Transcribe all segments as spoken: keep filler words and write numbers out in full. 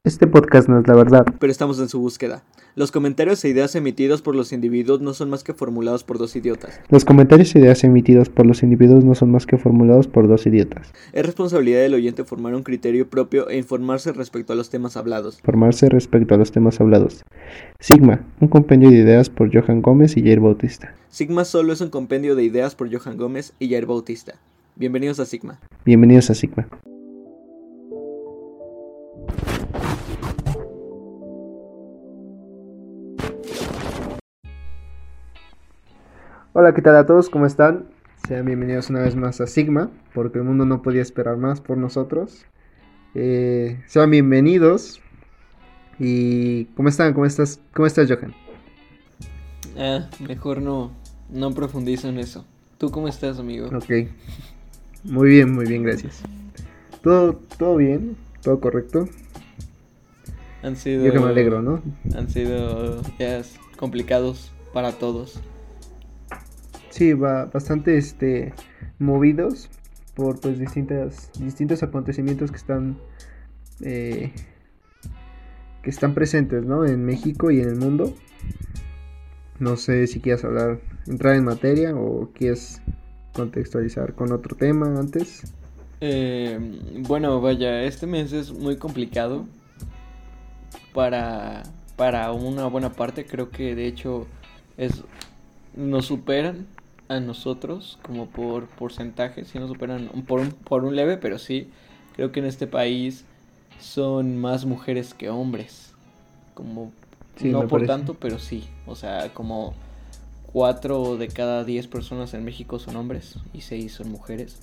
Este podcast no es la verdad, pero estamos en su búsqueda. Los comentarios e ideas emitidos por los individuos no son más que formulados por dos idiotas. Los comentarios e ideas emitidos por los individuos no son más que formulados por dos idiotas. Es responsabilidad del oyente formar un criterio propio e informarse respecto a los temas hablados. Formarse respecto a los temas hablados. Sigma, un compendio de ideas por Johan Gómez y Jair Bautista. Sigma solo es un compendio de ideas por Johan Gómez y Jair Bautista. Bienvenidos a Sigma. Bienvenidos a Sigma. Hola, ¿qué tal a todos? ¿Cómo están? Sean bienvenidos una vez más a Sigma, porque el mundo no podía esperar más por nosotros. Eh, sean bienvenidos. ¿Y cómo están? ¿Cómo estás? ¿Cómo estás, Johan? Ah, mejor no, no profundizo en eso. ¿Tú cómo estás, amigo? Ok. Muy bien, muy bien, gracias. ¿Todo, todo bien? ¿Todo correcto? Han sido... Yo que me alegro, ¿no? Han sido días complicados para todos. Sí, va bastante este movidos por pues distintas distintos acontecimientos que están eh, que están presentes, ¿no? En México y en el mundo. No sé si quieres hablar, entrar en materia o quieres contextualizar con otro tema antes. Eh, bueno, vaya, este mes es muy complicado para para una buena parte. Creo que de hecho es nos superan a nosotros como por porcentaje, sí nos superan por un, por un leve, pero sí, creo que en este país son más mujeres que hombres, como Sí, no me por parece. tanto, pero sí, o sea, como cuatro de cada diez personas en México son hombres y seis son mujeres.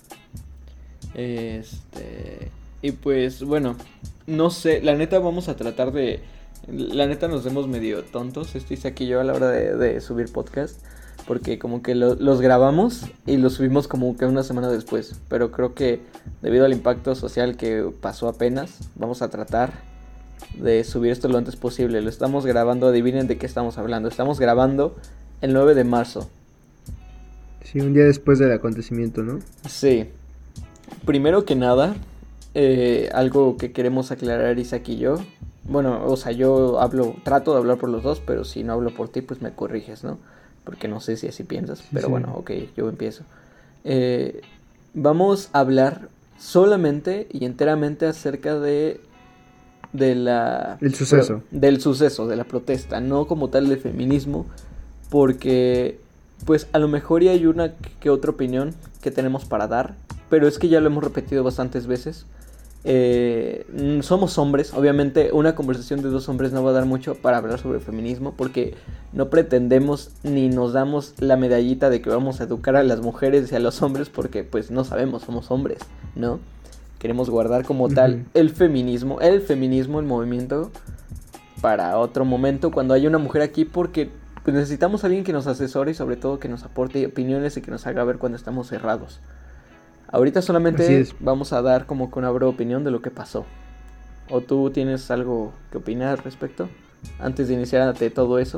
Este, y pues bueno, no sé, la neta vamos a tratar de, la neta nos vemos medio tontos, estoy aquí yo a la hora de, de subir podcast. Porque como que lo, los grabamos y los subimos como que una semana después. Pero creo que debido al impacto social que pasó apenas, vamos a tratar de subir esto lo antes posible. Lo estamos grabando, adivinen de qué estamos hablando. Estamos grabando el nueve de marzo. Sí, un día después del acontecimiento, ¿no? Sí. Primero que nada, eh, algo que queremos aclarar Isaac y yo. Bueno, o sea, yo hablo, trato de hablar por los dos, pero si no hablo por ti, pues me corriges, ¿no? Porque no sé si así piensas, Sí, pero sí. bueno, ok, yo empiezo. Eh, vamos a hablar solamente y enteramente acerca de, de la... El suceso. Pro, del suceso, de la protesta, no como tal de feminismo, porque pues a lo mejor ya hay una que otra opinión que tenemos para dar, pero es que ya lo hemos repetido bastantes veces. Eh, somos hombres, obviamente una conversación de dos hombres no va a dar mucho para hablar sobre feminismo porque no pretendemos ni nos damos la medallita de que vamos a educar a las mujeres y a los hombres porque pues no sabemos, somos hombres, ¿no? Queremos guardar como tal Uh-huh. el feminismo, el feminismo, el movimiento para otro momento cuando haya una mujer aquí porque pues, necesitamos a alguien que nos asesore y sobre todo que nos aporte opiniones y que nos haga ver cuando estamos cerrados. Ahorita solamente vamos a dar como que una breve opinión de lo que pasó. ¿O tú tienes algo que opinar al respecto? Antes de iniciar ante todo eso.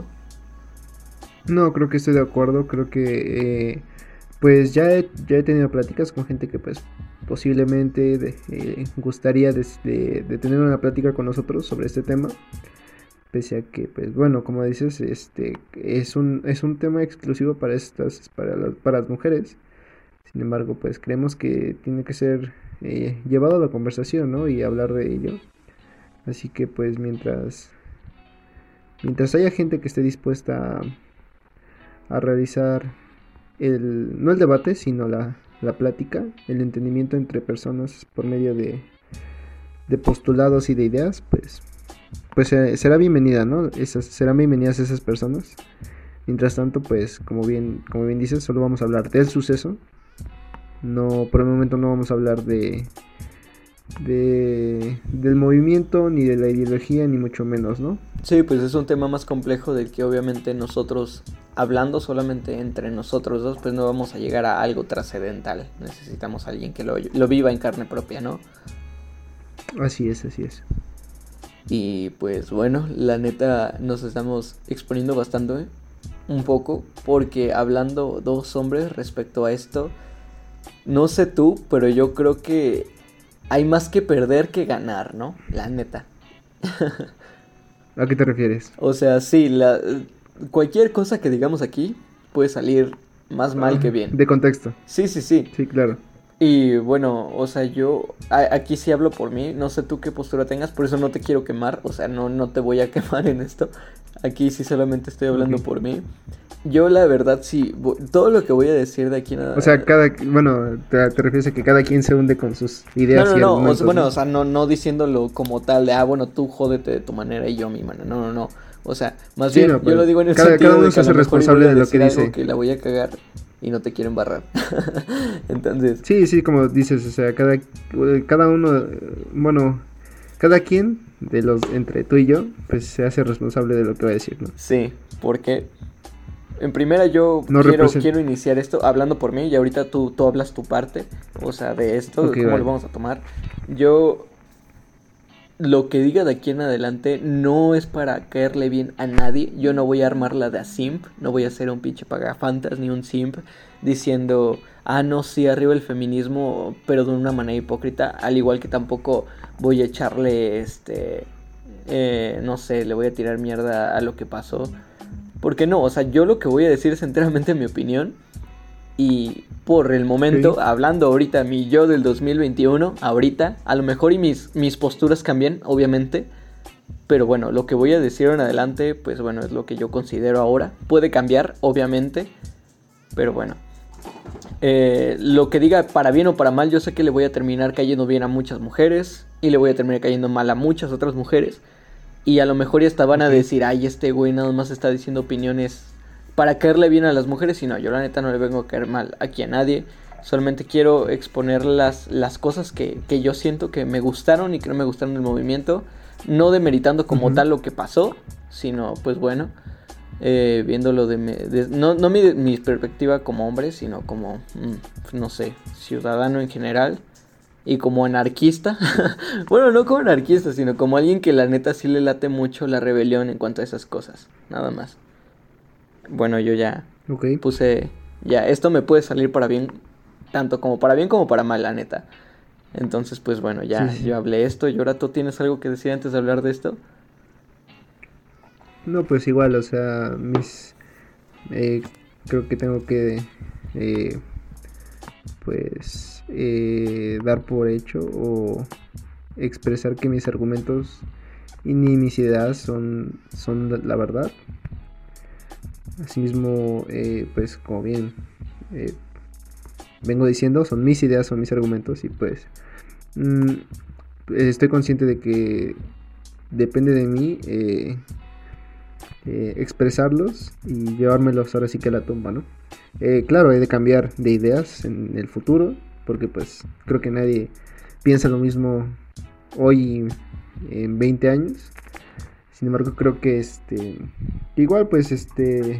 No, creo que estoy de acuerdo. Creo que eh, pues ya he, ya he tenido pláticas con gente que pues posiblemente de, eh, gustaría de, de, de tener una plática con nosotros sobre este tema. Pese a que pues bueno, como dices, este es un es un tema exclusivo para estas para las, para las mujeres. Sin embargo, pues creemos que tiene que ser eh, llevado a la conversación, ¿no? Y hablar de ello. Así que pues mientras mientras haya gente que esté dispuesta a, a realizar el no el debate, sino la, la plática, el entendimiento entre personas por medio de, de postulados y de ideas, pues pues eh, será bienvenida, ¿no? Esas, serán bienvenidas esas personas. Mientras tanto, pues como bien como bien dices, solo vamos a hablar del suceso. No, por el momento no vamos a hablar de, de del movimiento, ni de la ideología, ni mucho menos, ¿no? Sí, pues es un tema más complejo del que obviamente nosotros, hablando solamente entre nosotros dos, pues no vamos a llegar a algo trascendental. Necesitamos a alguien que lo, lo viva en carne propia, ¿no? Así es, así es. Y pues bueno, la neta nos estamos exponiendo bastante, un poco, porque hablando dos hombres respecto a esto... No sé tú, pero yo creo que hay más que perder que ganar, ¿no? La neta. ¿A qué te refieres? O sea, sí, la, cualquier cosa que digamos aquí puede salir más mal que Ah, bien. de contexto. Sí, sí, sí. Sí, claro. Y bueno, o sea, yo a- aquí sí hablo por mí, no sé tú qué postura tengas, por eso no te quiero quemar, o sea, no, no te voy a quemar en esto. Aquí sí solamente estoy hablando Ok. por mí. Yo la verdad sí, vo- todo lo que voy a decir de aquí nada. O sea, cada, bueno, te, te refieres a que cada quien se hunde con sus No, ideas no, y no, o sea, argumentos, bueno, ¿no? o sea, no, no diciéndolo como tal de, ah, bueno, tú jódete de tu manera y yo a mi manera, no, no, no. O sea, más Sí, bien, no, yo lo pues digo en el cada, cada sentido uno de que se a lo hace mejor y voy responsable a de lo que decir algo dice. que la voy a cagar y no te quiero embarrar. Entonces, Sí, sí, como dices, o sea, cada, cada uno, eh, bueno, cada quien de los, entre tú y yo, pues se hace responsable de lo que va a decir, ¿no? sí, porque en primera yo No quiero, representa. quiero iniciar esto hablando por mí y ahorita tú, tú hablas tu parte, o sea, de esto, Ok, de cómo lo vale. vamos a tomar. Yo lo que diga de aquí en adelante no es para caerle bien a nadie. Yo no voy a armarla de a simp, no voy a ser un pinche pagafantas ni un simp diciendo, ah, no, sí, arriba el feminismo, pero de una manera hipócrita. Al igual que tampoco voy a echarle, este, eh, no sé, le voy a tirar mierda a lo que pasó. Porque no, o sea, yo lo que voy a decir es enteramente mi opinión. Y por el Ok. momento, hablando ahorita, mi yo del dos mil veintiuno, ahorita, a lo mejor y mis, mis posturas cambian, obviamente. Pero bueno, lo que voy a decir en adelante, pues bueno, es lo que yo considero ahora. Puede cambiar, obviamente. Pero bueno. Eh, lo que diga para bien o para mal, yo sé que le voy a terminar cayendo bien a muchas mujeres. Y le voy a terminar cayendo mal a muchas otras mujeres. Y a lo mejor ya hasta van a Ok. decir, ay, este güey nada más está diciendo opiniones para caerle bien a las mujeres. Y no, yo la neta no le vengo a caer mal aquí a nadie. Solamente quiero exponer las, las cosas que, que yo siento que me gustaron y que no me gustaron del movimiento. No demeritando como Ujú. tal lo que pasó, sino pues bueno, eh, viéndolo de, de no, no mi, mi perspectiva como hombre, sino como, mm, no sé, ciudadano en general. Y como anarquista, bueno, no como anarquista, sino como alguien que la neta sí le late mucho la rebelión en cuanto a esas cosas, nada más. Bueno, yo ya Ok. puse, ya, esto me puede salir para bien, tanto como para bien como para mal, la neta. Entonces, pues bueno, Sí, ya sí, yo sí. hablé esto y ahora tú tienes algo que decir antes de hablar de esto. No, pues igual, o sea, mis... eh, creo que tengo que, eh, pues, eh, dar por hecho o expresar que mis argumentos y ni mis ideas son, son la verdad. Asimismo, eh, pues como bien eh, vengo diciendo, son mis ideas, son mis argumentos y pues mm, estoy consciente de que depende de mí eh, eh, expresarlos y llevármelos ahora sí que a la tumba, ¿no? Eh, claro, he de cambiar de ideas en el futuro porque pues creo que nadie piensa lo mismo hoy en veinte años. Sin embargo, creo que este igual pues este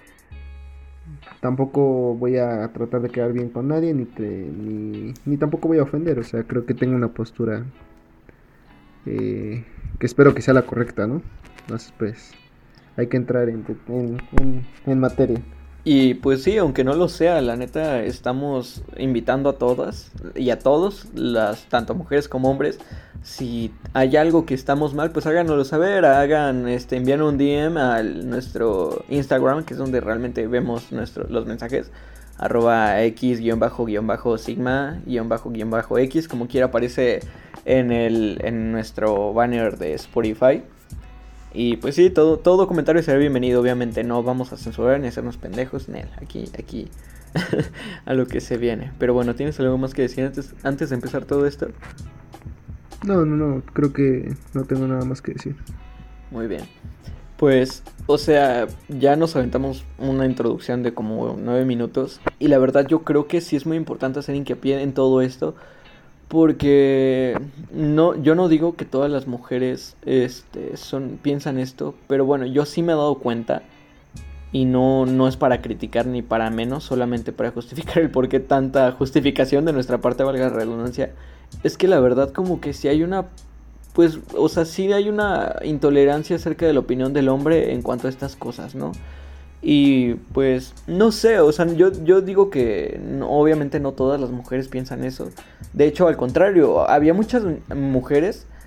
tampoco voy a tratar de quedar bien con nadie ni, te, ni, ni tampoco voy a ofender, o sea, creo que tengo una postura eh, que espero que sea la correcta, ¿no? Entonces pues hay que entrar en, en, en, en materia. Y pues sí, aunque no lo sea, la neta estamos invitando a todas y a todos, las tanto mujeres como hombres, si hay algo que estamos mal, pues háganoslo saber, hagan este envían un D M a nuestro Instagram, que es donde realmente vemos nuestro, los mensajes, arroba x guión bajo guión bajo sigma guión bajo guión bajo x, como quiera aparece en el en nuestro banner de Spotify. Y pues sí, todo, todo comentario será bienvenido, obviamente no vamos a censurar ni a hacernos pendejos, Nel, aquí, aquí, a lo que se viene. Pero bueno, ¿tienes algo más que decir antes, antes de empezar todo esto? No, no, no, creo que no tengo nada más que decir. Muy bien. Pues, o sea, ya nos aventamos una introducción de como nueve minutos. Y la verdad yo creo que sí es muy importante hacer hincapié en todo esto. Porque no, yo no digo que todas las mujeres este, son, piensan esto, pero bueno, yo sí me he dado cuenta, y no, no es para criticar ni para menos, solamente para justificar el por qué tanta justificación de nuestra parte, valga la redundancia, es que la verdad como que si hay una, pues, o sea, sí hay una intolerancia acerca de la opinión del hombre en cuanto a estas cosas, ¿no? Y pues no sé, o sea, yo, yo digo que no, obviamente no todas las mujeres piensan eso. De hecho, al contrario, había muchas mujeres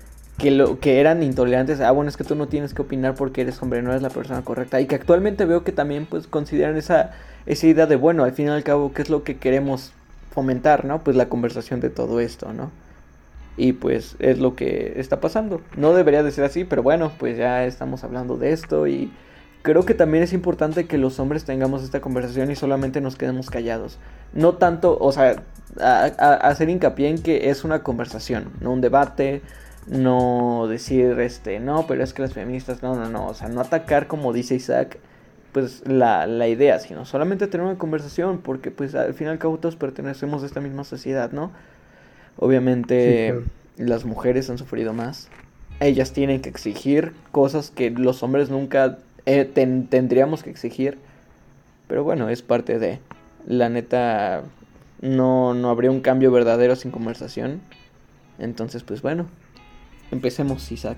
que lo que eran intolerantes, ah, bueno, es que tú no tienes que opinar porque eres hombre, no eres la persona correcta, y que actualmente veo que también pues consideran esa, esa idea de, bueno, al fin y al cabo, ¿qué es lo que queremos fomentar, no? Pues la conversación de todo esto, ¿no? Y pues es lo que está pasando. No debería de ser así, pero bueno, pues ya estamos hablando de esto y creo que también es importante que los hombres tengamos esta conversación y solamente nos quedemos callados. No tanto, o sea, a, a, hacer hincapié en que es una conversación, no un debate. No decir, este, no, pero es que las feministas, no, no, no, o sea, no atacar como dice Isaac, pues la, la idea, sino solamente tener una conversación, porque pues al fin y al cabo todos pertenecemos a esta misma sociedad, ¿no? Obviamente Sí, claro. las mujeres han sufrido más, ellas tienen que exigir cosas que los hombres nunca eh, ten, tendríamos que exigir, pero bueno, es parte de, la neta, no, no habría un cambio verdadero sin conversación, entonces pues bueno. Empecemos, Isaac.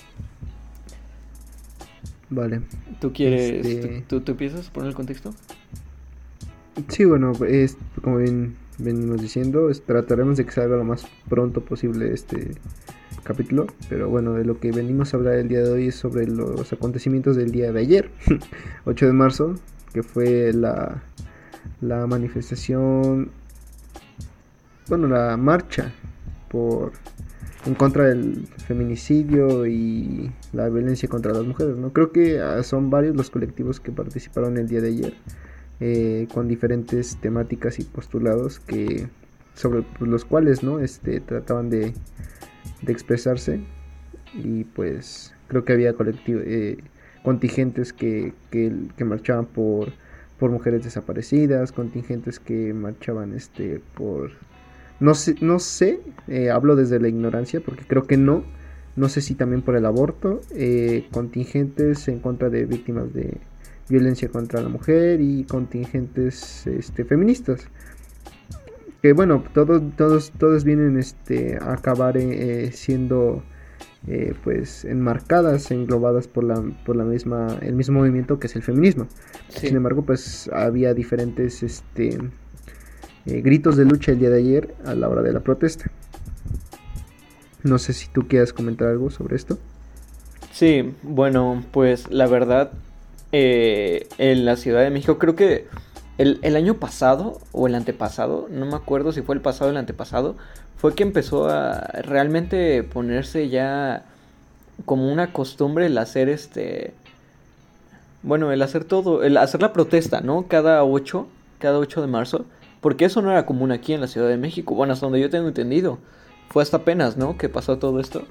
Vale. ¿Tú quieres, Este, tú, tú, tú empiezas a poner el contexto? sí, bueno, es, como bien venimos diciendo, es- trataremos de que salga lo más pronto posible este capítulo, pero bueno, de lo que venimos a hablar el día de hoy es sobre los acontecimientos del día de ayer, ocho de marzo, que fue la, la manifestación, bueno, la marcha por en contra del feminicidio y la violencia contra las mujeres, ¿no? Creo que ah, son varios los colectivos que participaron el día de ayer, eh, con diferentes temáticas y postulados que sobre pues, los cuales, ¿no? Este trataban de, de expresarse y pues creo que había colectivos, eh, contingentes que, que, que marchaban por por mujeres desaparecidas, contingentes que marchaban este por no sé, no sé, eh, hablo desde la ignorancia porque creo que no. No sé si también por el aborto, eh, contingentes en contra de víctimas de violencia contra la mujer y contingentes este, feministas. Que bueno, todos, todos, todos vienen este, a acabar eh, siendo eh, pues enmarcadas, englobadas por la, por la misma, el mismo movimiento que es el feminismo. Sí. Sin embargo, pues había diferentes este, Eh, gritos de lucha el día de ayer a la hora de la protesta. No sé si tú quieras comentar algo sobre esto. Sí, bueno, pues la verdad, eh, en la Ciudad de México, creo que el, el año pasado o el antepasado, no me acuerdo si fue el pasado o el antepasado, fue que empezó a realmente ponerse ya como una costumbre el hacer este, bueno, el hacer todo, el hacer la protesta, ¿no? Cada ocho, cada ocho de marzo. Porque eso no era común aquí en la Ciudad de México. Bueno, hasta donde yo tengo entendido. Fue hasta apenas, ¿no? Que pasó todo esto.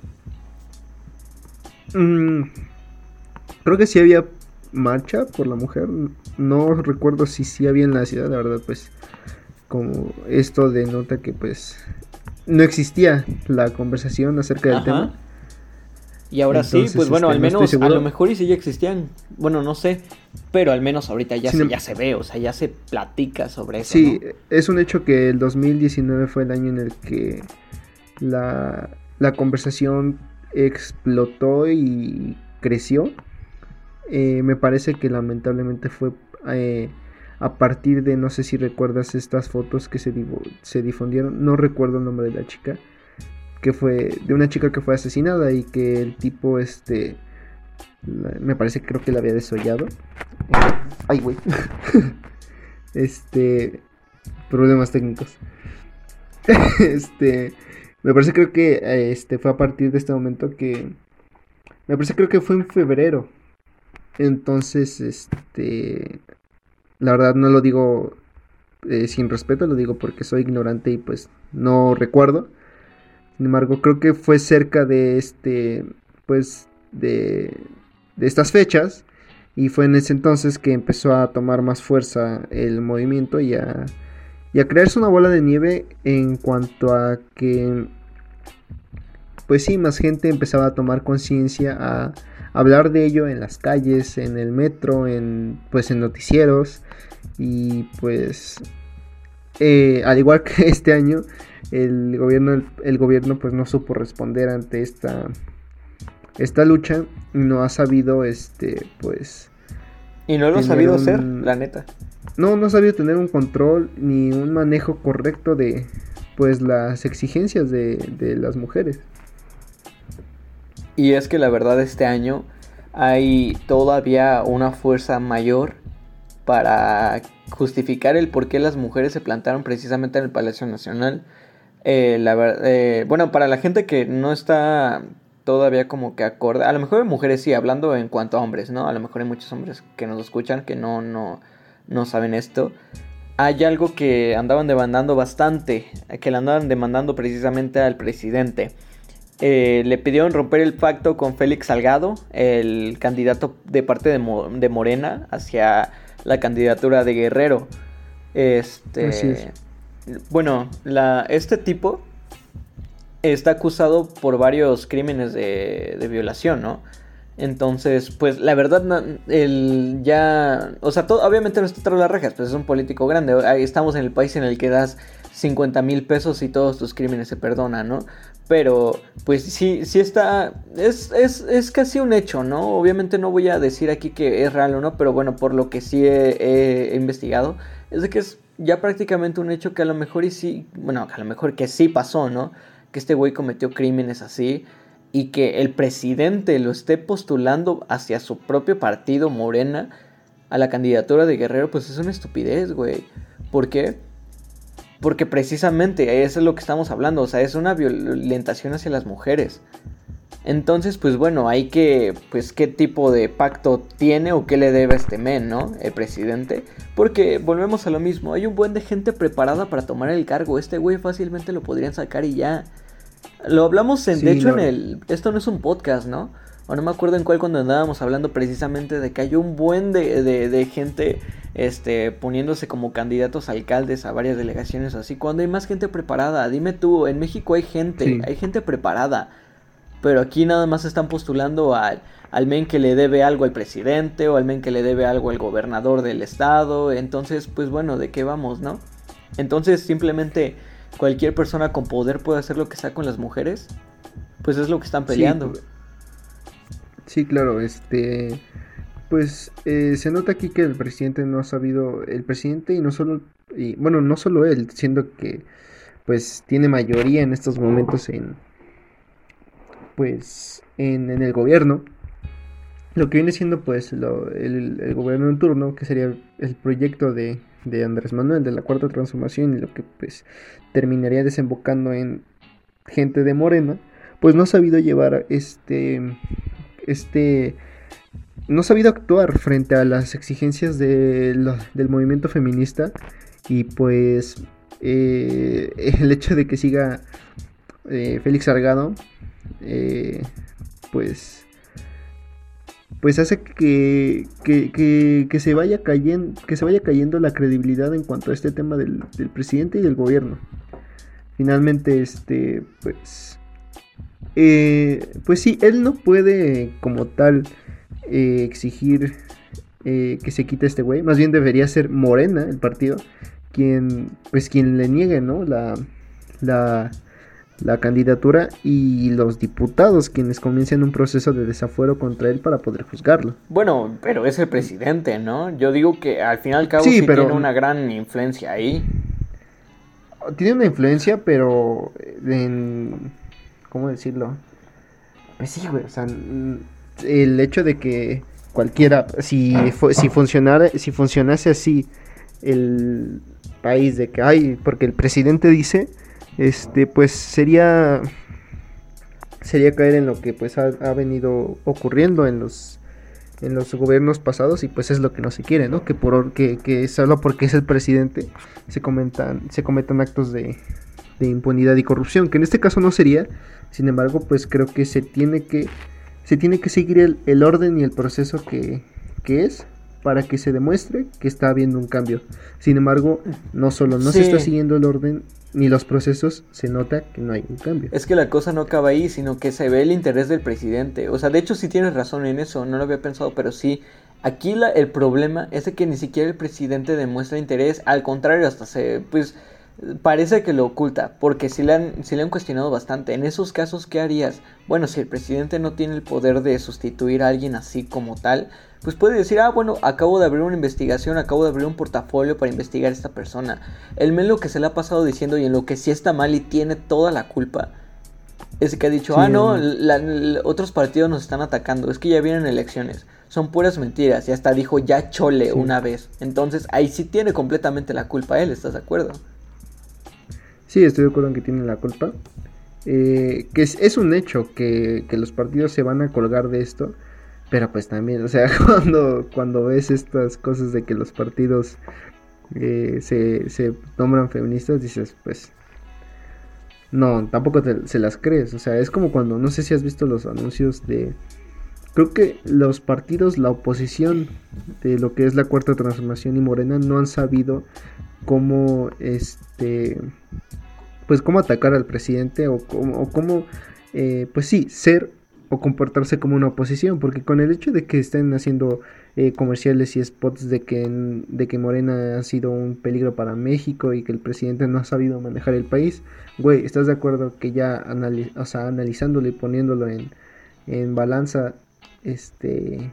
Mm, creo que sí había marcha por la mujer. No recuerdo si sí había en la ciudad, la verdad, pues como esto denota que pues no existía la conversación acerca del Ajá. tema. Y ahora Entonces, sí, pues bueno, este, al no estoy menos, a seguro. lo mejor y sí ya existían. Bueno, no sé. Pero al menos ahorita ya, Sin se, em- ya se ve, o sea, ya se platica sobre eso, Sí, ¿no? es un hecho que el dos mil diecinueve fue el año en el que la, la conversación explotó y creció. Eh, me parece que lamentablemente fue eh, a partir de, no sé si recuerdas estas fotos que se, divo- se difundieron, no recuerdo el nombre de la chica, que fue de una chica que fue asesinada y que el tipo, este, la- me parece que creo que la había desollado. Ay, güey. este, problemas técnicos. este, me parece creo que eh, este fue a partir de este momento que, me parece creo que fue en febrero. Entonces, este, la verdad no lo digo eh, sin respeto, lo digo porque soy ignorante y pues no recuerdo. Sin embargo, creo que fue cerca de este, pues, de, de estas fechas. Y fue en ese entonces que empezó a tomar más fuerza el movimiento y a, y a crearse una bola de nieve en cuanto a que, pues sí, más gente empezaba a tomar conciencia, a hablar de ello en las calles, en el metro, en, pues, en noticieros. Y pues, eh, al igual que este año, el gobierno, el, el gobierno pues no supo responder ante esta, esta lucha. No ha sabido, este, pues... Y no lo ha tener sabido un- hacer, la neta. No, no ha sabido tener un control ni un manejo correcto de, pues, las exigencias de, de las mujeres. Y es que la verdad este año hay todavía una fuerza mayor para justificar el por qué las mujeres se plantaron precisamente en el Palacio Nacional. Eh, la ver- eh, bueno, para la gente que no está todavía como que acorde, a lo mejor de mujeres sí, hablando en cuanto a hombres, ¿no? A lo mejor hay muchos hombres que nos escuchan que no, no, no saben esto. Hay algo que andaban demandando bastante, que le andaban demandando precisamente al presidente. Eh, le pidieron romper el pacto con Félix Salgado, el candidato de parte de, Mo- de Morena hacia la candidatura de Guerrero. Así es. Este, bueno, la, este tipo está acusado por varios crímenes de, de violación, ¿no? Entonces, pues la verdad, no, el ya, o sea, todo, obviamente no está tras las rejas, pues es un político grande. Ahí estamos en el país en el que das cincuenta mil pesos y todos tus crímenes se perdonan, ¿no? Pero, pues sí, sí está, es, es, es casi un hecho, ¿no? Obviamente no voy a decir aquí que es real o no, pero bueno, por lo que sí he, he investigado, es de que es ya prácticamente un hecho que a lo mejor y sí, bueno, a lo mejor que sí pasó, ¿no? Que este güey cometió crímenes así y que el presidente lo esté postulando hacia su propio partido, Morena, a la candidatura de Guerrero, pues es una estupidez, güey. ¿Por qué? Porque precisamente eso es lo que estamos hablando, o sea, es una violentación hacia las mujeres. Entonces, pues bueno, hay que, pues, qué tipo de pacto tiene o qué le debe a este men, ¿no? El presidente. Porque volvemos a lo mismo, hay un buen de gente preparada para tomar el cargo. Este güey fácilmente lo podrían sacar y ya. Lo hablamos, en, Sí, de hecho, no. en el... Esto no es un podcast, ¿no? O no me acuerdo en cuál cuando andábamos hablando precisamente de que hay un buen de, de, de gente este, poniéndose como candidatos a alcaldes a varias delegaciones así. Cuando hay más gente preparada, dime tú, en México hay gente, Sí. hay gente preparada. Pero aquí nada más están postulando al, al men que le debe algo al presidente o al men que le debe algo al gobernador del estado. Entonces, pues bueno, ¿de qué vamos, no? Entonces, simplemente cualquier persona con poder puede hacer lo que sea con las mujeres. Pues es lo que están peleando. Sí, sí, claro, este, pues eh, se nota aquí que el presidente no ha sabido, el presidente y no solo, y bueno, no solo él, siendo que pues tiene mayoría en estos momentos en, pues, en, en el gobierno, lo que viene siendo pues lo- el, el gobierno en turno, que sería el proyecto de, de Andrés Manuel de la Cuarta Transformación y lo que pues terminaría desembocando en gente de Morena, pues no ha sabido llevar este, este, no ha sabido actuar frente a las exigencias de lo- del movimiento feminista y pues eh, el hecho de que siga eh, Félix Salgado, eh, pues pues hace que, que, que, que se vaya cayendo, que se vaya cayendo la credibilidad en cuanto a este tema del, del presidente y del gobierno. Finalmente, este, pues, eh, pues sí, él no puede como tal eh, exigir eh, que se quite este güey. Más bien debería ser Morena, el partido, quien, pues, quien le niegue, ¿no? La, la, la candidatura y los diputados quienes comiencen un proceso de desafuero contra él para poder juzgarlo. Bueno, pero es el presidente, ¿no? Yo digo que al fin y al cabo Sí, sí pero tiene una gran influencia ahí. tiene una influencia, pero en, ¿cómo decirlo? Pues sí, güey, o sea, mm, el hecho de que cualquiera, si, fu- si funcionara, si funcionase así el país de que hay, porque el presidente dice, este, pues sería, sería caer en lo que pues ha, ha venido ocurriendo en los, en los gobiernos pasados y pues es lo que no se quiere, ¿no? Que por, que, que solo porque es el presidente se comentan, se cometan actos de, de impunidad y corrupción, que en este caso no sería. Sin embargo, pues creo que se tiene que se tiene que seguir el, el orden y el proceso que, que es para que se demuestre que está habiendo un cambio. Sin embargo, no solo no Sí. se está siguiendo el orden ni los procesos, se nota que no hay un cambio. Es que la cosa no acaba ahí, sino que se ve el interés del presidente. O sea, de hecho sí tienes razón en eso, no lo había pensado, pero sí. Aquí la, el problema es de que ni siquiera el presidente demuestra interés, al contrario, hasta se, pues, parece que lo oculta, porque si le han, sí le han cuestionado bastante. En esos casos, ¿qué harías? Bueno, si el presidente no tiene el poder de sustituir a alguien así como tal, pues puede decir, ah, bueno, acabo de abrir una investigación, acabo de abrir un portafolio para investigar a esta persona. El men lo que se le ha pasado diciendo y en lo que sí está mal y tiene toda la culpa, Es que ha dicho, Sí, ah, no, el- la- la- otros partidos nos están atacando, es que ya vienen elecciones, son puras mentiras, y hasta dijo ya chole sí. una vez. Entonces ahí sí tiene completamente la culpa él, ¿estás de acuerdo? Sí, estoy de acuerdo en que tienen la culpa. Eh, que es, es un hecho que, que los partidos se van a colgar de esto, pero pues también, o sea, cuando, cuando ves estas cosas de que los partidos eh, se, se nombran feministas, dices, pues, no, tampoco te- se las crees, o sea, es como cuando, no sé si has visto los anuncios de, creo que los partidos, la oposición de lo que es la Cuarta Transformación y Morena no han sabido cómo, este, pues cómo atacar al presidente o cómo, o cómo eh, pues sí, ser o comportarse como una oposición, porque con el hecho de que estén haciendo eh, comerciales y spots de que, de que Morena ha sido un peligro para México y que el presidente no ha sabido manejar el país, güey, ¿estás de acuerdo que ya anali o sea, analizándolo y poniéndolo en, en balanza, este,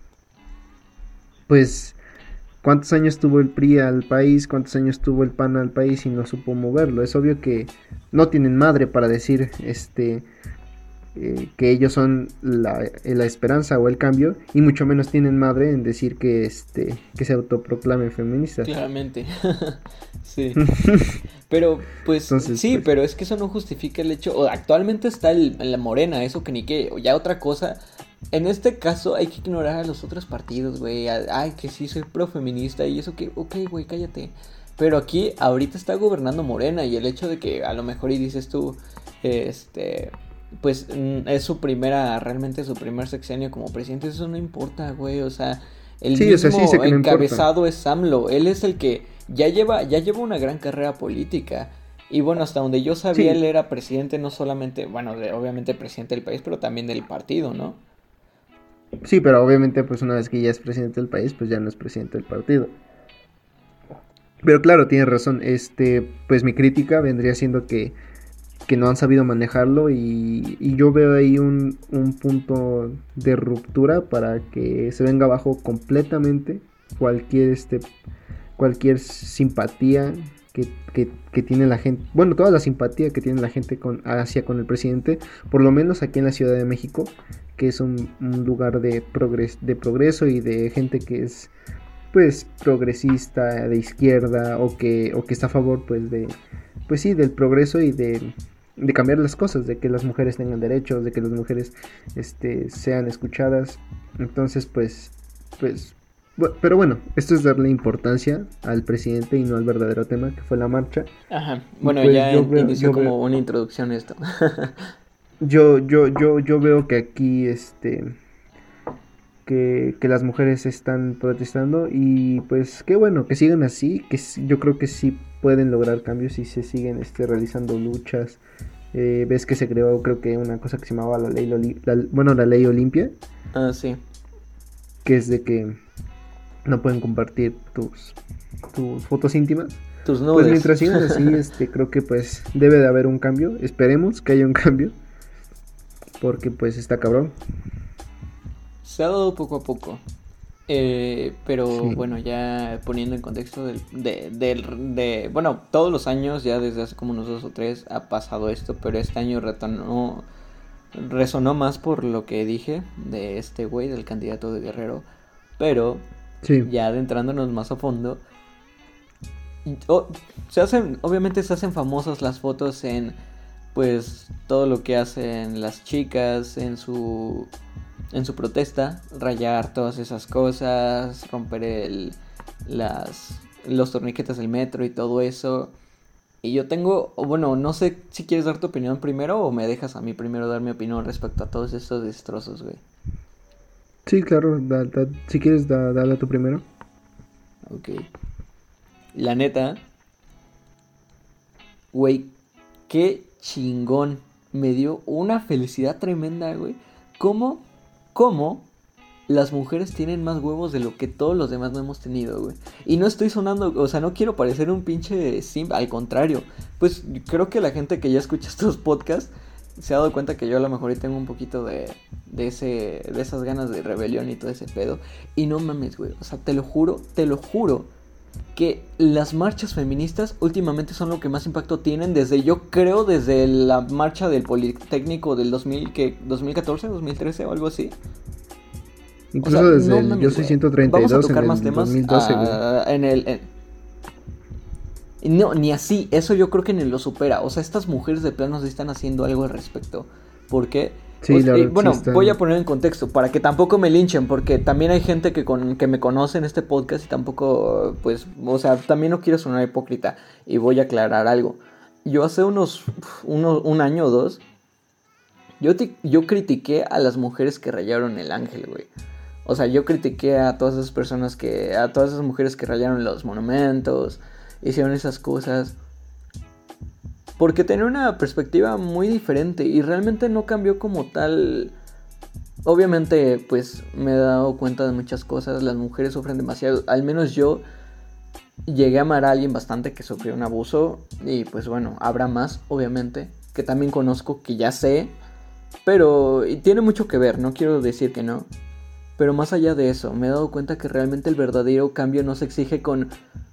pues cuántos años tuvo el P R I al país, cuántos años tuvo el P A N al país y no supo moverlo? Es obvio que no tienen madre para decir este eh, que ellos son la, eh, la esperanza o el cambio, y mucho menos tienen madre en decir que este que se autoproclamen feministas. Claramente. Sí. Pero, pues, Entonces, sí, pues, pero es que eso no justifica el hecho. O actualmente está el, la Morena, eso que ni qué. O ya otra cosa. En este caso hay que ignorar a los otros partidos, güey. a- Ay, que sí, soy profeminista y eso que. Ok, güey, cállate. Pero aquí, ahorita está gobernando Morena. Y el hecho de que a lo mejor, y dices tú, este. Pues mm, es su primera, realmente su primer sexenio como presidente. Eso no importa, güey. O sea, el sí, o sea, sí sé mismo que no importa. encabezado es AMLO. Él es el que ya lleva, ya lleva una gran carrera política. Y bueno, hasta donde yo sabía, él Sí, era presidente no solamente, bueno, de- obviamente presidente del país, pero también del partido, ¿no? sí, pero obviamente pues una vez que ya es presidente del país, pues ya no es presidente del partido. Pero claro, tienes razón, este, pues mi crítica vendría siendo que que no han sabido manejarlo, y, y yo veo ahí un, un punto de ruptura para que se venga abajo completamente cualquier este cualquier simpatía que, que, que tiene la gente, bueno, toda la simpatía que tiene la gente con, hacia con el presidente, por lo menos aquí en la Ciudad de México, que es un, un lugar de, progres, de progreso y de gente que es pues progresista, de izquierda, o que, o que está a favor pues de, pues sí, del progreso y de, de cambiar las cosas, de que las mujeres tengan derechos, de que las mujeres este, sean escuchadas. Entonces, pues, pues, bu- pero bueno, esto es darle importancia al presidente y no al verdadero tema, que fue la marcha. Ajá. Y Bueno, pues ya yo in- veo, inició yo veo, como una introducción esto. yo, yo, yo, yo veo que aquí, este, que, que las mujeres están protestando, y pues qué bueno que sigan así, que s- yo creo que sí pueden lograr cambios si se siguen este, realizando luchas. Eh, ves que se creó, creo que una cosa que se llamaba la ley, Loli- la- bueno, la ley Olimpia, Ah, sí. que es de que no pueden compartir tus, tus fotos íntimas. Tus Pues nudes. mientras sigan así, este, creo que pues debe de haber un cambio. Esperemos que haya un cambio, porque pues está cabrón. Se ha dado poco a poco. Eh, pero Sí, bueno, ya poniendo en contexto del, de, del- de, bueno, todos los años, ya desde hace como unos dos o tres, ha pasado esto, pero este año retornó, resonó más por lo que dije de este güey, del candidato de Guerrero, pero sí, ya adentrándonos más a fondo, y- o- se hacen, obviamente se hacen famosas las fotos en, pues, todo lo que hacen las chicas en su en su protesta, rayar todas esas cosas, romper el, las, los torniquetes del metro y todo eso. Y yo tengo, o bueno, no sé si quieres dar tu opinión primero o me dejas a mí primero dar mi opinión respecto a todos estos destrozos, güey. sí, claro. Da- da- si quieres, da, dale tú primero. Ok. La neta, güey, qué chingón. Me dio una felicidad tremenda, güey. ¿Cómo? ¿Cómo? Las mujeres tienen más huevos de lo que todos los demás no hemos tenido, güey. Y no estoy sonando, o sea, no quiero parecer un pinche simp, al contrario. Pues creo que la gente que ya escucha estos podcasts se ha dado cuenta que yo a lo mejor y tengo un poquito de, de ese, de esas ganas de rebelión y todo ese pedo. Y no mames, güey, o sea, te lo juro, te lo juro, que las marchas feministas últimamente son lo que más impacto tienen desde, yo creo, desde la marcha del Politécnico del dos mil, ¿qué? ¿dos mil catorce, dos mil trece o algo así? Incluso O sea, desde no el mames, Yo Soy güey. ciento treinta y Vamos a dos en tocar más el temas dos mil doce, güey. uh, en el... En... No, ni así, eso yo creo que ni lo supera. O sea, estas mujeres de plano sí están haciendo algo al respecto. ¿Por qué? Sí, Pues, la eh, verdad, bueno, sí están... voy a poner en contexto para que tampoco me linchen, porque también hay gente que, con, que me conoce en este podcast y tampoco, pues, o sea, también no quiero sonar hipócrita y voy a aclarar algo. Yo hace unos, uno, un año o dos, yo, ti- yo critiqué a las mujeres que rayaron el ángel, güey. O sea, yo critiqué a todas esas personas que, a todas esas mujeres que rayaron los monumentos, hicieron esas cosas. Porque tenía una perspectiva muy diferente y realmente no cambió como tal. Obviamente, pues me he dado cuenta de muchas cosas. Las mujeres sufren demasiado. Al menos yo llegué a amar a alguien bastante que sufrió un abuso. Y pues bueno, habrá más, obviamente. Que también conozco, que ya sé. Pero y tiene mucho que ver, no quiero decir que no. Pero más allá de eso, me he dado cuenta que realmente el verdadero cambio no se exige con,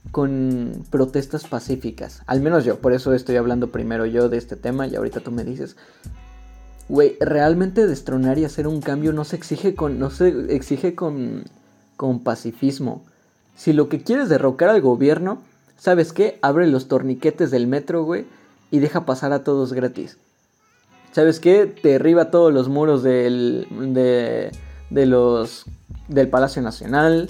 con protestas pacíficas. Al menos yo, por eso estoy hablando primero yo de este tema y ahorita tú me dices. Güey, realmente destronar y hacer un cambio no se exige con, no se exige con, con pacifismo. Si lo que quieres es derrocar al gobierno, ¿sabes qué? Abre los torniquetes del metro, güey, y deja pasar a todos gratis. ¿Sabes qué? Derriba todos los muros del, de, de los, del Palacio Nacional.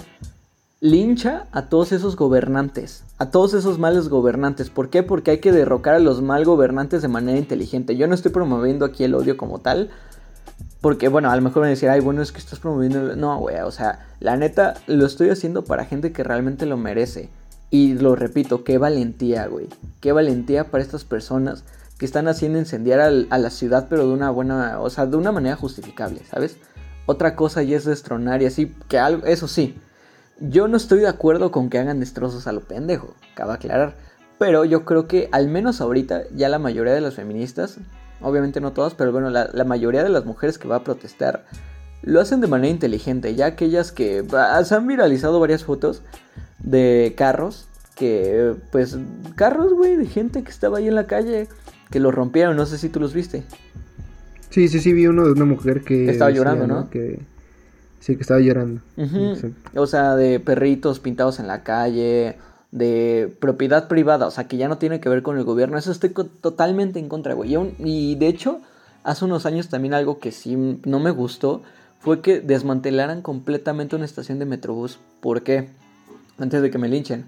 Lincha a todos esos gobernantes, a todos esos malos gobernantes. ¿Por qué? Porque hay que derrocar a los mal gobernantes de manera inteligente. Yo no estoy promoviendo aquí el odio como tal. Porque, bueno, a lo mejor me decir, ay, bueno, es que estás promoviendo... No, güey, o sea, la neta, lo estoy haciendo para gente que realmente lo merece. Y lo repito, qué valentía, güey. Qué valentía para estas personas que están haciendo incendiar al, a la ciudad, pero de una buena... O sea, de una manera justificable, ¿sabes? Otra cosa ya es destronar y así, que algo... Eso sí, yo no estoy de acuerdo con que hagan destrozos a lo pendejo, cabe aclarar. Pero yo creo que al menos ahorita ya la mayoría de las feministas... Obviamente no todas, pero bueno, la, la mayoría de las mujeres que va a protestar lo hacen de manera inteligente. Ya aquellas que bah, se han viralizado varias fotos de carros, que pues carros, güey, de gente que estaba ahí en la calle, que los rompieron, no sé si tú los viste. Sí, sí, sí, vi uno de una mujer que... Estaba decía, llorando, ¿no? Que... Sí, que estaba llorando. Uh-huh. Sí. O sea, de perritos pintados en la calle, de propiedad privada, o sea, que ya no tiene que ver con el gobierno. Eso estoy co- totalmente en contra, güey. Y, aún, y de hecho, hace unos años también algo que sí no me gustó fue que desmantelaran completamente una estación de Metrobús. ¿Por qué? Antes de que me linchen.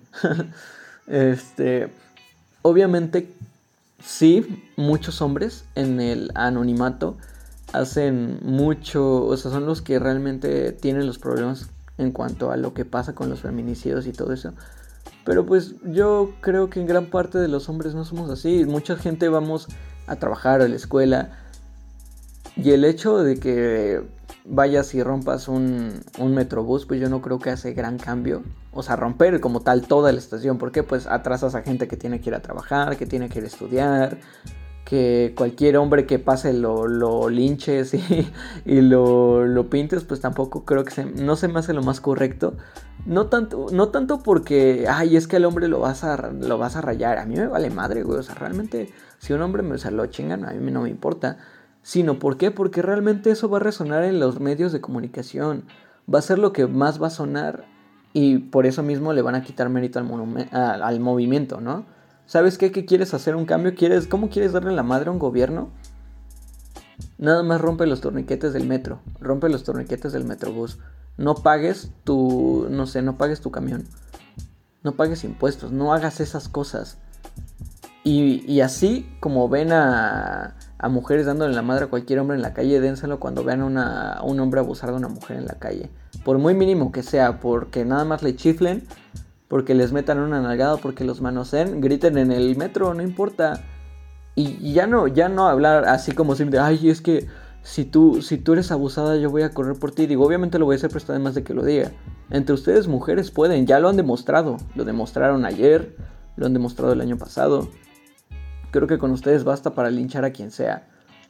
este, obviamente, sí, muchos hombres en el anonimato hacen mucho, o sea, son los que realmente tienen los problemas en cuanto a lo que pasa con los feminicidios y todo eso. Pero pues yo creo que en gran parte de los hombres no somos así. Mucha gente vamos a trabajar a la escuela. Y el hecho de que vayas y rompas un, un metrobús, pues yo no creo que hace gran cambio. O sea, romper como tal toda la estación. Porque pues atrasas a gente que tiene que ir a trabajar, que tiene que ir a estudiar. Que cualquier hombre que pase lo, lo linches y, y lo, lo pintes, pues tampoco creo que se, no se me hace lo más correcto. No tanto, no tanto porque, ay, es que al hombre lo vas a, lo vas a rayar. A mí me vale madre, güey. O sea, realmente, si un hombre me, o sea, lo chingan, a mí no me importa. Sino, ¿por qué? Porque realmente eso va a resonar en los medios de comunicación. Va a ser lo que más va a sonar. Y por eso mismo le van a quitar mérito al, monumen- al, al movimiento, ¿no? ¿Sabes qué? ¿Qué quieres hacer un cambio? ¿Quieres, ¿Cómo quieres darle la madre a un gobierno? Nada más rompe los torniquetes del metro. Rompe los torniquetes del metrobús. No pagues tu... No sé, no pagues tu camión. No pagues impuestos. No hagas esas cosas. Y, y así como ven a, a mujeres dándole la madre a cualquier hombre en la calle, dénselo cuando vean una, a un hombre abusar de una mujer en la calle. Por muy mínimo que sea, porque nada más le chiflen, porque les metan una nalgada, porque los manoseen, griten en el metro, no importa. Y, y ya no, ya no hablar así como siempre, ay, es que si tú, si tú eres abusada yo voy a correr por ti. Digo, obviamente lo voy a hacer, pero está de más de que lo diga. Entre ustedes mujeres pueden, ya lo han demostrado. Lo demostraron ayer, lo han demostrado el año pasado. Creo que con ustedes basta para linchar a quien sea.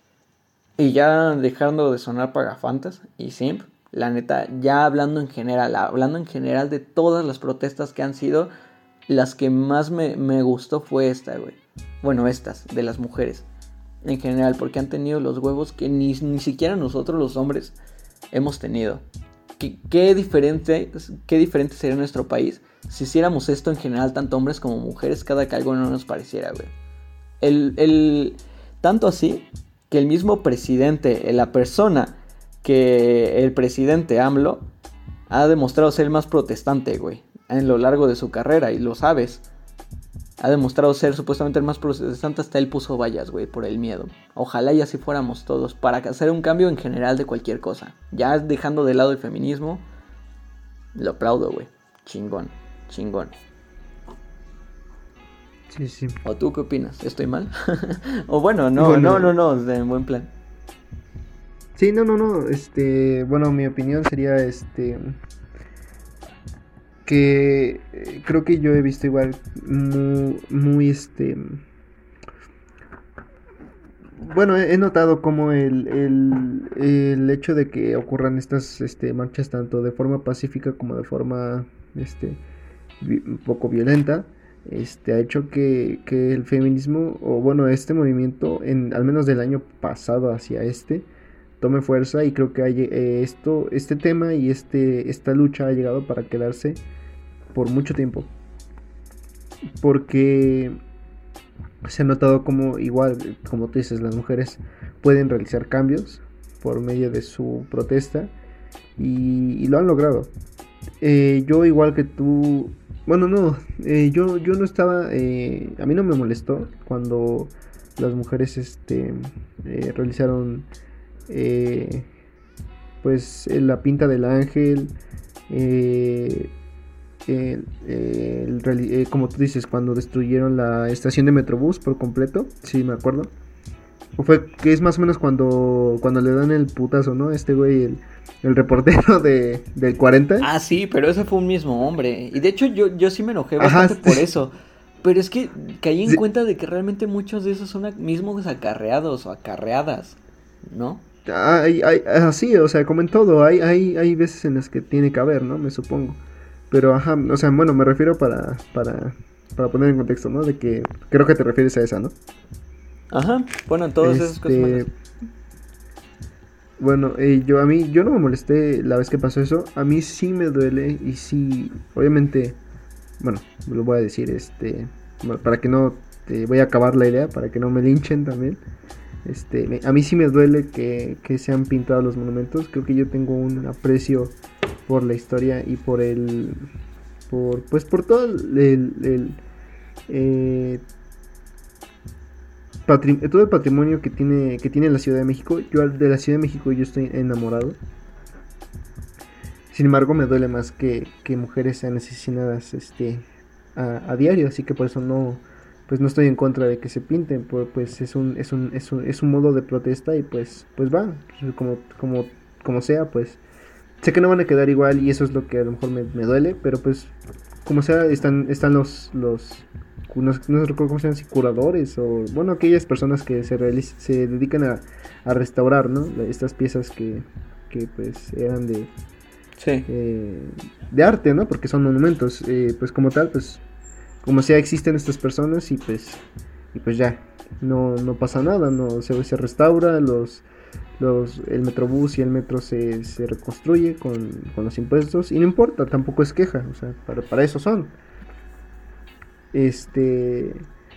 Y ya dejando de sonar pagafantas y simp, la neta, ya hablando en general, hablando en general de todas las protestas que han sido, las que más me, me gustó fue esta, güey. Bueno, estas, de las mujeres en general, porque han tenido los huevos que ni, ni siquiera nosotros los hombres hemos tenido. ¿Qué, qué, diferente, ¿Qué diferente sería nuestro país si hiciéramos esto en general, tanto hombres como mujeres, cada que algo no nos pareciera, güey? El, el, tanto así que el mismo presidente, la persona que el presidente AMLO ha demostrado ser el más protestante, güey, en lo largo de su carrera, y lo sabes. Ha demostrado ser supuestamente el más protestante, hasta él puso vallas, güey, por el miedo. Ojalá y así fuéramos todos, para hacer un cambio en general de cualquier cosa. Ya dejando de lado el feminismo, lo aplaudo, güey. Chingón, chingón. Sí, sí. ¿O tú qué opinas? ¿Estoy mal? O bueno, no, bueno, no, no, no, en buen plan. Sí, no, no, no, este, bueno, mi opinión sería, este... que eh, creo que yo he visto igual muy, muy este bueno, he notado como el, el, el hecho de que ocurran estas este, marchas tanto de forma pacífica como de forma este un poco violenta, este ha hecho que, que el feminismo, o bueno, este movimiento, en al menos del año pasado hacia este, tome fuerza, y creo que hay, eh, esto este tema y este esta lucha ha llegado para quedarse por mucho tiempo, porque se ha notado como, igual como tú dices, las mujeres pueden realizar cambios por medio de su protesta, y, y lo han logrado. Eh, yo igual que tú, bueno, no, eh, yo, yo no estaba, eh, a mí no me molestó cuando las mujeres este, eh, realizaron eh, pues la pinta del ángel, eh, El, el, el, eh, como tú dices, cuando destruyeron la estación de Metrobús por completo, sí me acuerdo. O fue que es más o menos cuando cuando le dan el putazo, ¿no? Este güey, el, el reportero de, del cuarenta. Ah, sí, pero ese fue un mismo hombre. Y de hecho yo, yo sí me enojé bastante. Ajá, por eso. Pero es que caí en sí. cuenta de que realmente muchos de esos son mismos acarreados o acarreadas, ¿no? Hay, hay, así, o sea, como en todo, hay, hay, hay veces en las que tiene que haber, ¿no? Me supongo. Pero, ajá, o sea, bueno, me refiero para, para, para poner en contexto, ¿no? De que creo que te refieres a esa, ¿no? Ajá, bueno, en todas este, esas cosas malas. Bueno, eh, yo a mí, yo no me molesté la vez que pasó eso. A mí sí me duele y sí, obviamente, bueno, lo voy a decir, este, para que no, te voy a acabar la idea, para que no me linchen también. Este, me, a mí sí me duele que, que se han pintado los monumentos. Creo que yo tengo un aprecio por la historia y por el, por, pues por todo el, el, el eh, patri, todo el patrimonio que tiene, que tiene la Ciudad de México. Yo de la Ciudad de México yo estoy enamorado. Sin embargo, me duele más que, que mujeres sean asesinadas, este, a, a diario, así que por eso no, pues no estoy en contra de que se pinten, pues es un, es un, es un, es un modo de protesta, y pues, pues va, como, como, como sea, pues. Sé que no van a quedar igual, y eso es lo que a lo mejor me, me duele, pero pues como sea, están están los los no, no recuerdo cómo se llaman, si curadores o bueno, aquellas personas que se realiz, se dedican a, a restaurar, ¿no? Estas piezas que, que pues eran de sí. eh, de arte, ¿no? Porque son monumentos, eh, pues como tal, pues como sea, existen estas personas, y pues y pues ya no no pasa nada, no se, se restaura los Los, el Metrobús y el metro se, se reconstruye con, con los impuestos, y no importa, tampoco es queja, o sea, para, para eso son. Este,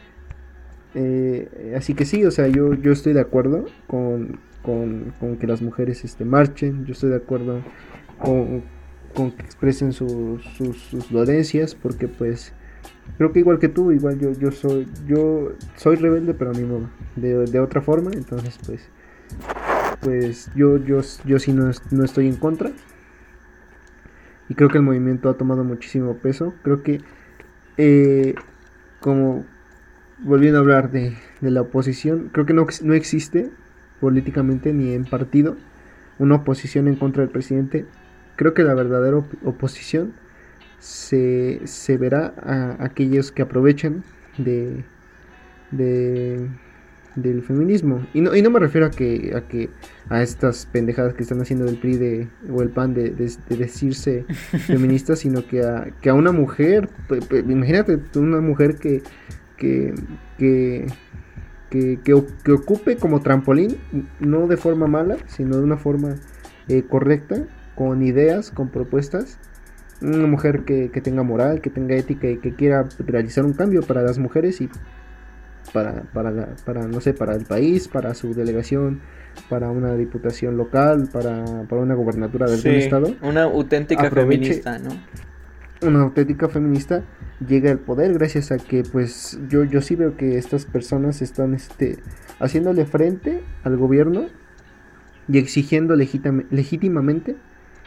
eh, así que sí, o sea, yo, yo estoy de acuerdo con, con, con que las mujeres este, marchen, yo estoy de acuerdo con, con que expresen sus, sus, sus dolencias, porque pues creo que igual que tú, igual yo, yo soy, yo soy rebelde, pero a mi modo, de, de otra forma, entonces pues pues yo, yo, yo sí no, no estoy en contra, y creo que el movimiento ha tomado muchísimo peso. Creo que eh, como volviendo a hablar de, de la oposición, creo que no, no existe políticamente ni en partido una oposición en contra del presidente. Creo que la verdadera op- oposición se, se verá a aquellos que aprovechan de, de del feminismo. Y no, y no me refiero a que, a que a estas pendejadas que están haciendo del P R I de, o el P A N de, de, de decirse feministas, sino que a, que a una mujer, pe, pe, imagínate una mujer que, que, que, que, que, que ocupe como trampolín, no de forma mala, sino de una forma eh, correcta, con ideas, con propuestas. Una mujer que, que tenga moral, que tenga ética y que quiera realizar un cambio para las mujeres y para, para, la, para no sé, para el país, para su delegación, para una diputación local, para, para una gobernatura de sí, algún estado. Una auténtica Aproveche, feminista, ¿no? Una auténtica feminista llega al poder gracias a que pues yo, yo sí veo que estas personas están este, haciéndole frente al gobierno y exigiendo legítima, legítimamente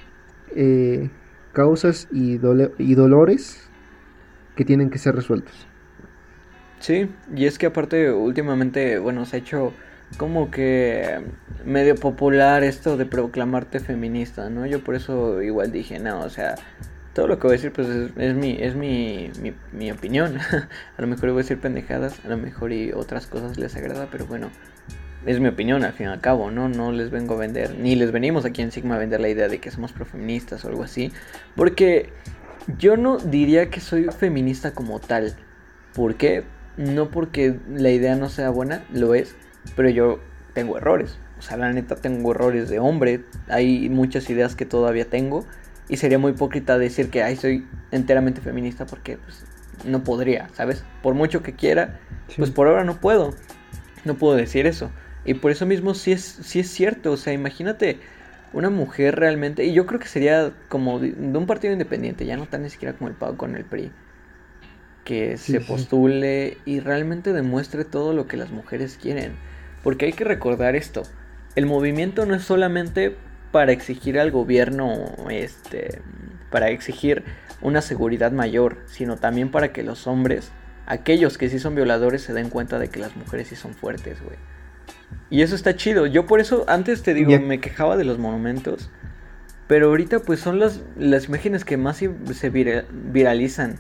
eh, causas y, dole, y dolores que tienen que ser resueltos. Sí, y es que aparte últimamente, bueno, se ha hecho como que medio popular esto de proclamarte feminista, ¿no? Yo por eso igual dije, no, o sea, todo lo que voy a decir pues es, es mi es mi, mi, mi opinión. A lo mejor voy a decir pendejadas, a lo mejor y otras cosas les agrada, pero bueno, es mi opinión al fin y al cabo, ¿no? No les vengo a vender, ni les venimos aquí en Sigma a vender la idea de que somos profeministas o algo así, porque yo no diría que soy feminista como tal. ¿Por qué? No porque la idea no sea buena, lo es, pero yo tengo errores. O sea, la neta tengo errores de hombre, hay muchas ideas que todavía tengo y sería muy hipócrita decir que ay, soy enteramente feminista porque pues, no podría, ¿sabes? Por mucho que quiera, sí. Pues por ahora no puedo, no puedo decir eso. Y por eso mismo sí es, sí es cierto, o sea, imagínate una mujer realmente, y yo creo que sería como de, de un partido independiente, ya no tan ni siquiera como el P A O con el P R I, que sí, se postule sí. y realmente demuestre todo lo que las mujeres quieren. Porque hay que recordar esto, el movimiento no es solamente para exigir al gobierno, este, para exigir una seguridad mayor, sino también para que los hombres, aquellos que sí son violadores, se den cuenta de que las mujeres sí son fuertes, güey. Y eso está chido. Yo por eso antes te digo, yeah. me quejaba de los monumentos, pero ahorita pues son las, las imágenes que más se vira, viralizan.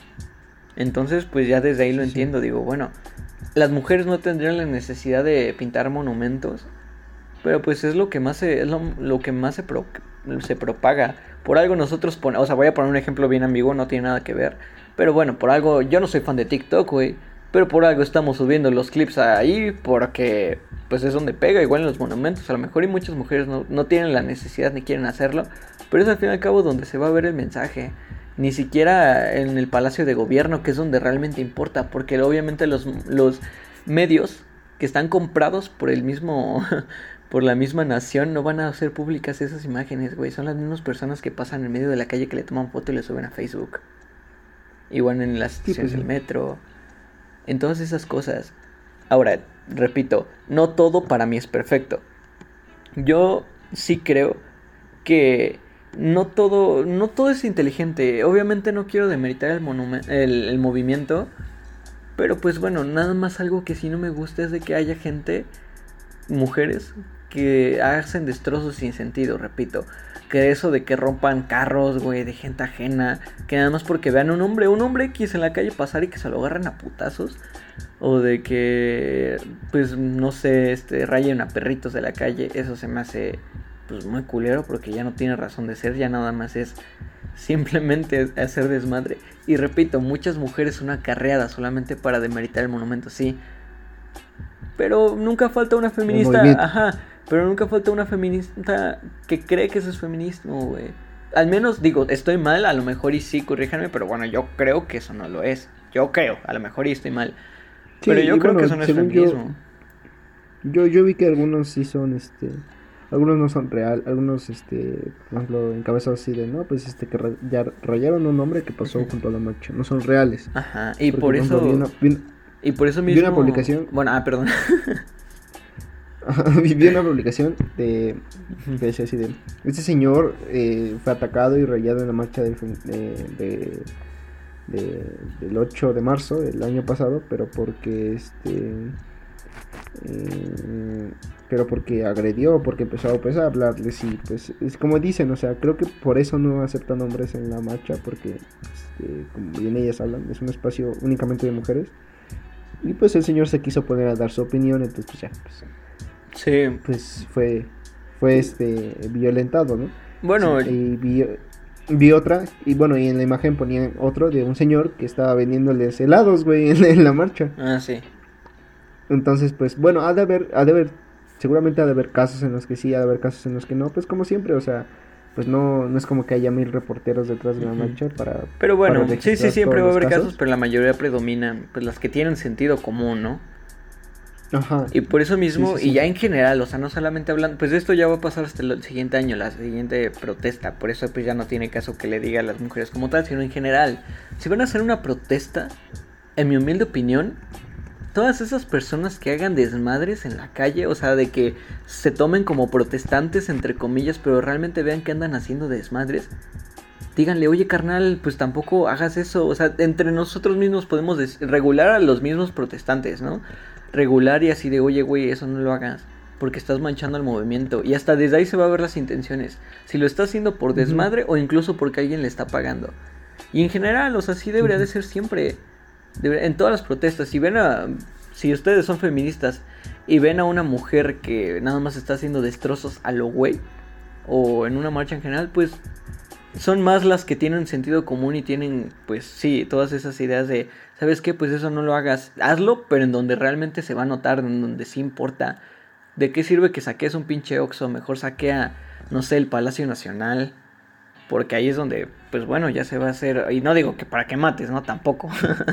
Entonces pues ya desde ahí lo entiendo, digo, bueno, las mujeres no tendrían la necesidad de pintar monumentos, pero pues es lo que más se, es lo, lo que más se, pro, se propaga. Por algo nosotros ponemos, o sea, voy a poner un ejemplo bien ambiguo, no tiene nada que ver, pero bueno, por algo, yo no soy fan de TikTok, güey, pero por algo estamos subiendo los clips ahí, porque pues es donde pega, igual en los monumentos, a lo mejor y muchas mujeres no, no tienen la necesidad ni quieren hacerlo, pero es al fin y al cabo donde se va a ver el mensaje. Ni siquiera en el Palacio de Gobierno, que es donde realmente importa, porque obviamente los, los medios que están comprados por el mismo, por la misma nación, no van a hacer públicas esas imágenes, güey. Son las mismas personas que pasan en medio de la calle que le toman foto y le suben a Facebook. Igual en las estaciones sí, pues, del metro. En todas esas cosas. Ahora, repito, no todo para mí es perfecto. Yo sí creo que No todo, no todo es inteligente. Obviamente no quiero demeritar el, monumen- el, el movimiento, pero pues bueno, nada más algo que sí no me gusta es de que haya gente, mujeres, que hacen destrozos sin sentido, repito. Que eso de que rompan carros, güey, de gente ajena, que nada más porque vean un hombre, un hombre X en la calle pasar y que se lo agarren a putazos. O de que, pues, no sé, este, rayen a perritos de la calle, eso se me hace pues muy culero porque ya no tiene razón de ser, ya nada más es simplemente hacer desmadre. Y repito, muchas mujeres son acarreadas solamente para demeritar el monumento, sí. Pero nunca falta una feminista, ajá, pero nunca falta una feminista que cree que eso es feminismo, güey. Al menos, digo, estoy mal, a lo mejor y sí, corríjanme, pero bueno, yo creo que eso no lo es. Yo creo, a lo mejor y estoy mal. Sí, pero yo creo bueno, que eso no es feminismo. Yo, yo, yo vi que algunos sí son, este... Algunos no son real, algunos, este, por ejemplo, encabezados así de, no, pues, este, que ra- ya rayaron un hombre que pasó uh-huh. junto a la marcha, no son reales. Ajá, y Porque, por eso... Por ejemplo, vi una, vi, y por eso mismo... Vi una publicación... Bueno, ah, perdón. vi una publicación de... que decía así de... Este señor eh, fue atacado y rayado en la marcha del, de, de, de, del ocho de marzo del año pasado, pero porque, este... Eh, pero porque agredió, porque empezó pues, a hablarles y pues es como dicen, o sea, creo que por eso no aceptan hombres en la marcha, porque este, como bien ellas hablan, es un espacio únicamente de mujeres Y pues el señor se quiso poner a dar su opinión, entonces pues ya, pues, Sí. pues fue, fue este, violentado, ¿no? Sí, Bueno, y vi, vi otra, y bueno, y en la imagen ponían otro de un señor que estaba vendiéndoles helados, güey, en, en la marcha. ah, sí. Entonces, pues, bueno, ha de haber, ha de haber, seguramente ha de haber casos en los que sí, ha de haber casos en los que no, pues como siempre, o sea, pues no, no es como que haya mil reporteros detrás de la Ujú. marcha para, Pero para bueno, sí, sí, registrar siempre todos va a los haber casos, casos. pero la mayoría predominan, pues las que tienen sentido común, ¿no? Ajá, Y por eso sí, mismo, sí, y sí. ya en general, o sea, no solamente hablando, pues esto ya va a pasar hasta el siguiente año, la siguiente protesta, por eso pues ya no tiene caso que le diga a las mujeres como tal, sino en general. Si van a hacer una protesta, en mi humilde opinión, todas esas personas que hagan desmadres en la calle, o sea, de que se tomen como protestantes, entre comillas, pero realmente vean que andan haciendo desmadres, díganle, oye carnal, pues tampoco hagas eso, o sea, entre nosotros mismos podemos des- regular a los mismos protestantes, ¿no? Regular y así de, oye güey, eso no lo hagas, porque estás manchando el movimiento, y hasta desde ahí se va a ver las intenciones, si lo está haciendo por Ujú, desmadre o incluso porque alguien le está pagando. Y en general, o sea, así debería de ujú. ser siempre, debe- en todas las protestas, si ven a, si ustedes son feministas y ven a una mujer que nada más está haciendo destrozos a lo güey, o en una marcha en general, pues son más las que tienen sentido común y tienen, pues sí, todas esas ideas de, ¿sabes qué? Pues eso no lo hagas, hazlo, pero en donde realmente se va a notar, en donde sí importa. ¿De qué sirve que saques un pinche Oxxo? Mejor saquea, no sé, el Palacio Nacional, porque ahí es donde, pues bueno, ya se va a hacer, y no digo que para que mates, ¿no? Tampoco.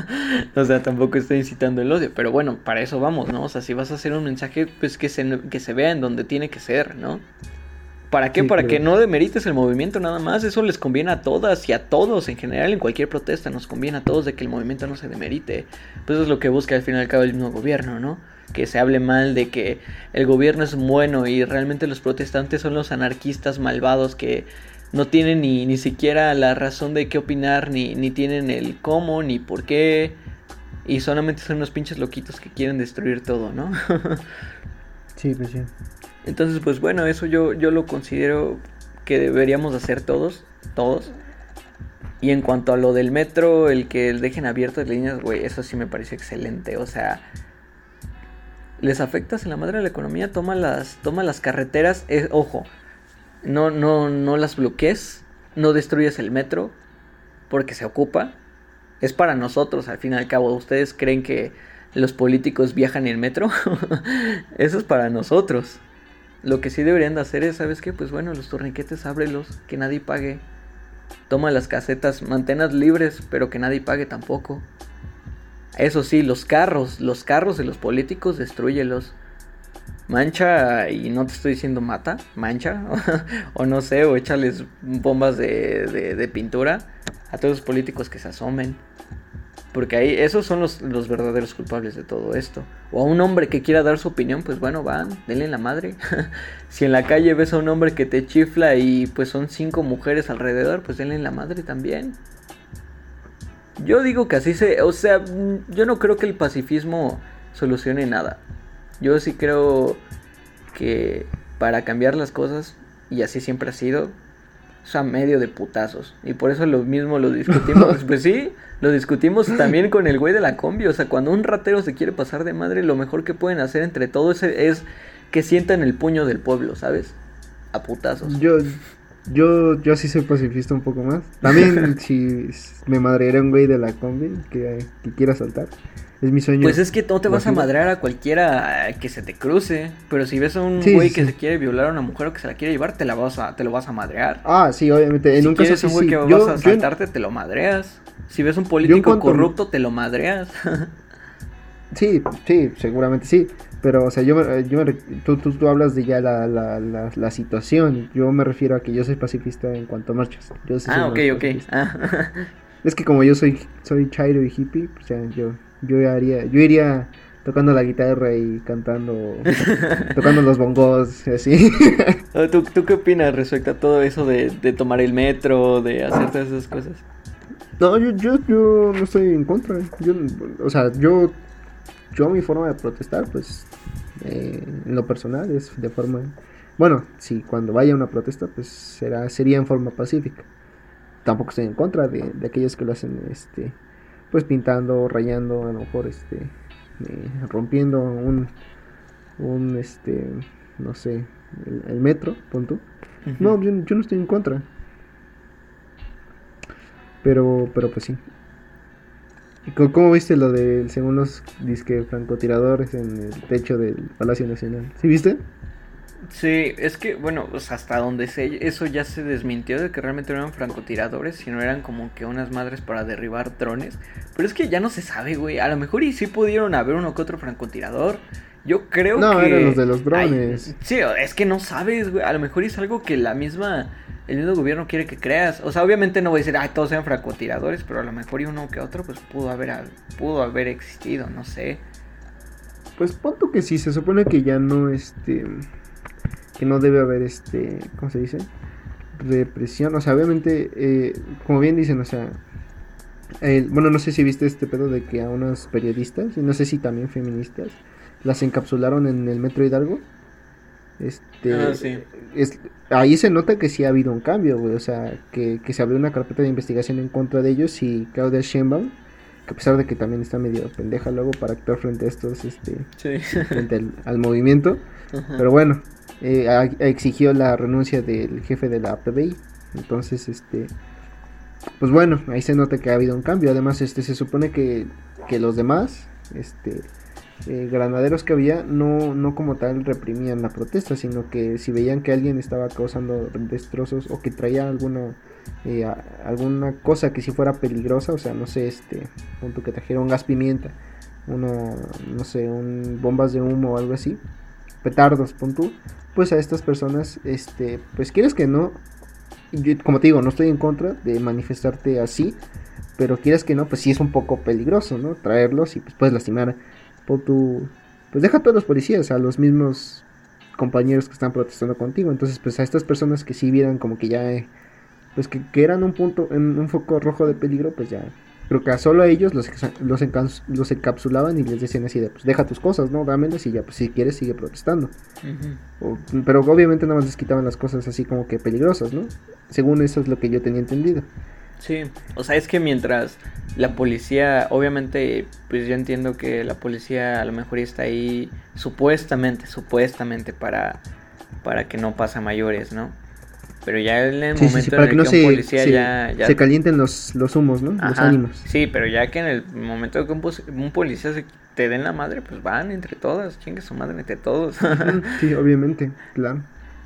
O sea, tampoco estoy incitando el odio, pero bueno, para eso vamos, ¿no? O sea, si vas a hacer un mensaje, pues que se, que se vea en donde tiene que ser, ¿no? ¿Para qué? Sí, Para que claro. no demerites el movimiento nada más. Eso les conviene a todas y a todos en general. En cualquier protesta nos conviene a todos de que el movimiento no se demerite. Pues eso es lo que busca al fin y al cabo el mismo gobierno, ¿no? Que se hable mal de que el gobierno es bueno y realmente los protestantes son los anarquistas malvados que no tienen ni, ni siquiera la razón de qué opinar, ni, ni tienen el cómo, ni por qué. Y solamente son unos pinches loquitos que quieren destruir todo, ¿no? Sí, pues sí. Entonces, pues bueno, eso yo, yo lo considero que deberíamos hacer todos, todos. Y en cuanto a lo del metro, el que dejen abiertas líneas, güey, eso sí me parece excelente. O sea, les afectas en la madre de la economía, toma las, toma las carreteras, eh, ojo, no, no, no las bloquees, no destruyes el metro, porque se ocupa. Es para nosotros, al fin y al cabo. ¿Ustedes creen que los políticos viajan en metro? Eso es para nosotros. Lo que sí deberían de hacer es, ¿sabes qué? Pues bueno, los torniquetes ábrelos, que nadie pague. Toma las casetas, manténlas libres, pero que nadie pague tampoco. Eso sí, los carros, los carros de los políticos, destruyelos. Mancha, y no te estoy diciendo mata, mancha, o no sé, o échales bombas de, de, de pintura a todos los políticos que se asomen. Porque ahí, esos son los, los verdaderos culpables de todo esto. O a un hombre que quiera dar su opinión, pues bueno, van, denle en la madre. Si en la calle ves a un hombre que te chifla y pues son cinco mujeres alrededor, pues denle en la madre también. Yo digo que así se... O sea, yo no creo que el pacifismo solucione nada. Yo sí creo que para cambiar las cosas, y así siempre ha sido, es a medio de putazos. Y por eso lo mismo lo discutimos. Pues sí, lo discutimos también con el güey de la combi. O sea, cuando un ratero se quiere pasar de madre, lo mejor que pueden hacer entre todos es, es que sientan el puño del pueblo, ¿sabes? A putazos. Yo, yo, yo sí soy pacifista un poco más. También si me madreara un güey de la combi que, que quiera saltar. Es mi sueño. Pues es que no te vas a guajiro. madrear a cualquiera que se te cruce. Pero si ves a un Sí, güey sí, que sí. se quiere violar a una mujer o que se la quiere llevar, te, la vas a, te lo vas a madrear. Ah, sí, obviamente. En Si un caso quieres sí, un güey sí. que vas Yo, a yo, en- saltarte, te lo madreas. Si ves un yo en político cuanto... corrupto, te lo madreas. Sí, sí, seguramente sí. Pero, o sea, yo, me- yo me re- tú, tú, tú hablas de ya la, la, la, la situación. Yo me refiero a que yo soy pacifista en cuanto a marchas. Yo sí soy Ah, ok, más ok. pacifista. Ah. Es que como yo soy, soy chairo y hippie, pues ya yo, yo haría, yo iría tocando la guitarra y cantando, tocando los bongos, así. ¿Tú, ¿Tú qué opinas respecto a todo eso de, de tomar el metro, de hacer todas esas cosas? No, yo, yo, yo no estoy en contra. Yo, o sea, yo, yo mi forma de protestar, pues, eh, en lo personal es de forma, bueno, si cuando vaya a una protesta, pues será, sería en forma pacífica. Tampoco estoy en contra de, de aquellos que lo hacen, este, pues pintando, rayando, a lo mejor, este, eh, rompiendo un, un, este, no sé, el, el metro, punto. Uh-huh. No, yo, yo no estoy en contra. Pero, pero pues sí. ¿Cómo, cómo viste lo de, según los disque francotiradores en el techo del Palacio Nacional? ¿Sí viste? Sí, es que, bueno, pues hasta donde sé, eso ya se desmintió de que realmente no eran francotiradores, sino eran como que unas madres para derribar drones. Pero es que ya no se sabe, güey. A lo mejor y sí pudieron haber uno que otro francotirador. Yo creo no, que... No, eran los de los drones. Ay, sí, es que no sabes, güey. A lo mejor es algo que la misma... El mismo gobierno quiere que creas. O sea, obviamente no voy a decir, ay, todos sean francotiradores, pero a lo mejor y uno que otro, pues pudo haber, pudo haber existido, no sé. Pues punto que sí, se supone que ya no, este... que no debe haber, este, ¿cómo se dice? Represión, o sea, obviamente, eh, como bien dicen, o sea, el, bueno, no sé si viste este pedo de que a unas periodistas, y no sé si también feministas, las encapsularon en el Metro Hidalgo. Este, ah, sí. es, ahí se nota que sí ha habido un cambio, güey, o sea, que, que se abrió una carpeta de investigación en contra de ellos y Claudia Sheinbaum, que a pesar de que también está medio pendeja luego para actuar frente a estos, este, sí. frente al, al movimiento, uh-huh. Pero bueno, eh, a, a exigió la renuncia del jefe de la P B I, entonces, este, pues bueno, ahí se nota que ha habido un cambio, además, este, se supone que, que los demás, este... Eh, granaderos que había no, no como tal reprimían la protesta, sino que si veían que alguien estaba causando destrozos o que traía alguna eh, a, alguna cosa que si fuera peligrosa, o sea, no sé, este punto que trajera un gas pimienta, una, no sé, un bombas de humo o algo así, petardos, punto, pues a estas personas, este, pues quieres que no, yo, como te digo, no estoy en contra de manifestarte así, pero quieres que no, pues sí es un poco peligroso, ¿no? Traerlos y pues puedes lastimar. Tu, pues deja a todos los policías, a los mismos compañeros que están protestando contigo, entonces pues a estas personas que sí vieran como que ya eh, pues que, que eran un punto, en un foco rojo de peligro, pues ya creo que a solo a ellos los, los, encans, los encapsulaban y les decían así de pues deja tus cosas, ¿no? Dámelas y ya pues si quieres sigue protestando. Uh-huh. O, pero obviamente nada más les quitaban las cosas así como que peligrosas, ¿no? Según eso es lo que yo tenía entendido. Sí, o sea, es que mientras la policía, obviamente, pues yo entiendo que la policía a lo mejor está ahí supuestamente, supuestamente para, para que no pase a mayores, ¿no? Pero ya en el sí, momento sí, sí, en el que, que no un se, policía se, ya, ya... se calienten los, los humos, ¿no? Ajá, los ánimos. Sí, pero ya que en el momento de que un, un policía se te den la madre, pues van entre todas, chingue su madre entre todos. Sí, obviamente, claro.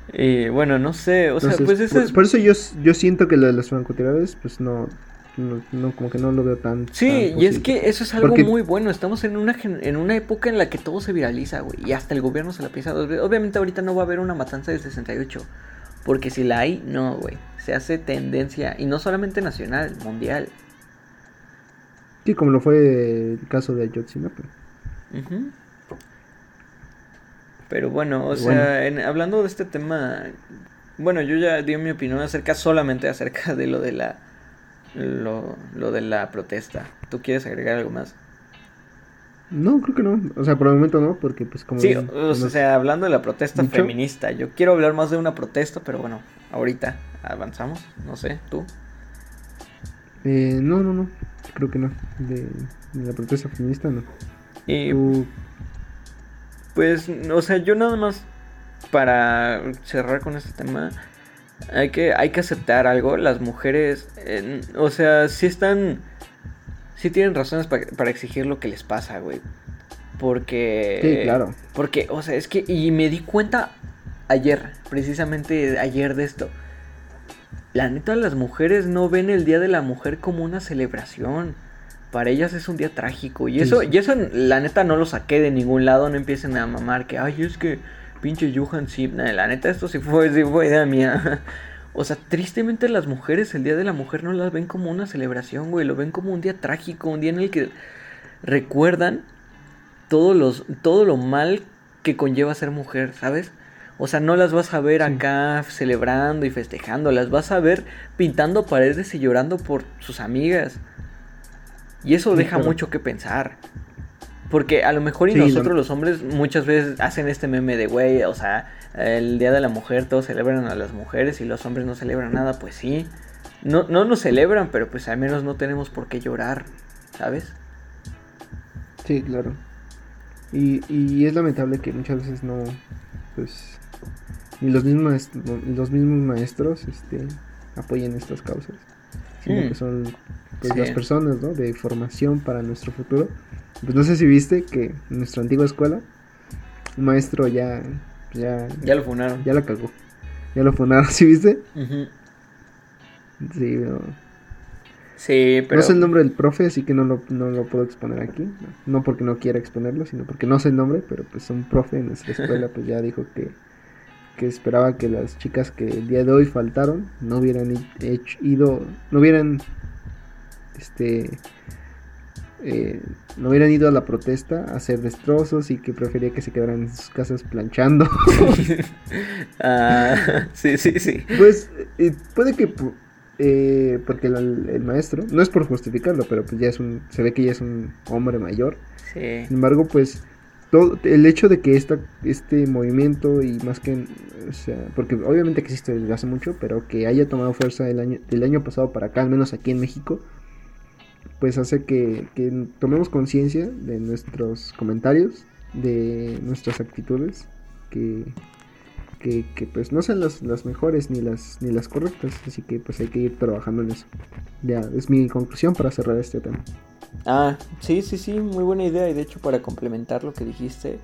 Y bueno, no sé, o Entonces, sea, pues eso por, es... por eso yo, yo siento que lo de los francotiradores, pues no, no, no, como que no lo veo tan... Sí, tan y es que eso es algo Porque... muy bueno, estamos en una, en una época en la que todo se viraliza, güey, y hasta el gobierno se la piensa dos veces. Obviamente ahorita no va a haber una matanza del sesenta y ocho, porque si la hay, no, güey, se hace tendencia, y no solamente nacional, mundial. Sí, como lo fue el caso de Ayotzinapa. Uh-huh. Pero bueno, o Pero sea, bueno. En, hablando de este tema, bueno, yo ya di mi opinión acerca, solamente acerca de lo de la, lo, lo de la protesta. ¿Tú quieres agregar algo más? No, creo que no, o sea, por el momento no, porque pues como... Sí, bien, o, o sea, hablando de la protesta dicho, feminista, yo quiero hablar más de una protesta, pero bueno, ahorita avanzamos, no sé, ¿tú? Eh, no, no, no, creo que no, de, de la protesta feminista no. Y... ¿Tú... Pues, o sea, yo nada más para cerrar con este tema, hay que, hay que aceptar algo. Las mujeres, eh, o sea, sí están, sí tienen razones para, para exigir lo que les pasa, güey. Porque... Sí, claro. Porque, o sea, es que, y me di cuenta ayer, precisamente ayer de esto. La neta, las mujeres no ven el Día de la Mujer como una celebración. Para ellas es un día trágico. Y eso, sí, sí. y eso la neta no lo saqué de ningún lado. No empiecen a mamar que, ay, es que pinche Johan Sipna. La neta esto sí fue, sí fue idea mía. O sea, tristemente las mujeres el Día de la Mujer no las ven como una celebración, güey. Lo ven como un día trágico. Un día en el que recuerdan todos los, todo lo mal que conlleva ser mujer, ¿sabes? O sea, no las vas a ver sí. acá celebrando y festejando. Las vas a ver pintando paredes y llorando por sus amigas. Y eso sí, deja claro. mucho que pensar. Porque a lo mejor y sí, nosotros la... los hombres muchas veces hacen este meme de güey, o sea, el Día de la Mujer todos celebran a las mujeres y los hombres no celebran nada, pues sí. No, no nos celebran, pero pues al menos no tenemos por qué llorar, ¿sabes? Sí, claro. Y, y es lamentable que muchas veces no, pues, ni los mismos, los mismos maestros este, apoyen estas causas, sino Mm, que son pues sí. las personas, ¿no? De formación para nuestro futuro. Pues no sé si viste que en nuestra antigua escuela un maestro ya, ya, Ya lo funaron. ya la cagó, ya lo funaron, ¿sí viste? Ujú. Sí, no. Sí, No sé pero... el nombre del profe, así que no lo, no lo puedo exponer aquí. No porque no quiera exponerlo, sino porque no sé el nombre, pero pues un profe en nuestra escuela pues ya dijo que, que esperaba que las chicas que el día de hoy faltaron no hubieran hecho, ido, no hubieran, este, eh, no hubieran ido a la protesta a hacer destrozos y que prefería que se quedaran en sus casas planchando. Ah, sí, sí, sí. Pues eh, puede que eh, porque el, el maestro, no es por justificarlo, pero pues ya es un, se ve que ya es un hombre mayor. Sí. Sin embargo, pues todo el hecho de que esta, este movimiento y más que, o sea, porque obviamente que existe desde hace mucho, pero que haya tomado fuerza el año, del año pasado para acá, al menos aquí en México, pues hace que, que tomemos conciencia de nuestros comentarios, de nuestras actitudes, que, que, que pues no sean las, las mejores ni las, ni las correctas, así que pues hay que ir trabajando en eso. Ya, es mi conclusión para cerrar este tema. Ah, sí, sí, sí, muy buena idea. Y de hecho, para complementar lo que dijiste,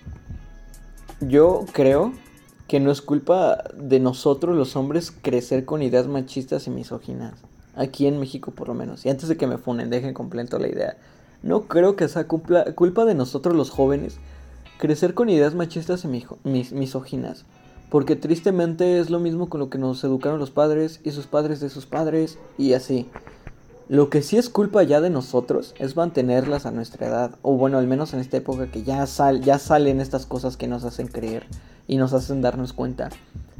yo creo que no es culpa de nosotros los hombres crecer con ideas machistas y misóginas. Aquí en México por lo menos. Y antes de que me funen, dejen completo la idea. No creo que sea culpa, culpa de nosotros los jóvenes crecer con ideas machistas y mijo- mis- misóginas. Porque tristemente es lo mismo con lo que nos educaron los padres y sus padres de sus padres y así. Lo que sí es culpa ya de nosotros es mantenerlas a nuestra edad. O bueno, al menos en esta época que ya, sal, ya salen estas cosas que nos hacen creer y nos hacen darnos cuenta.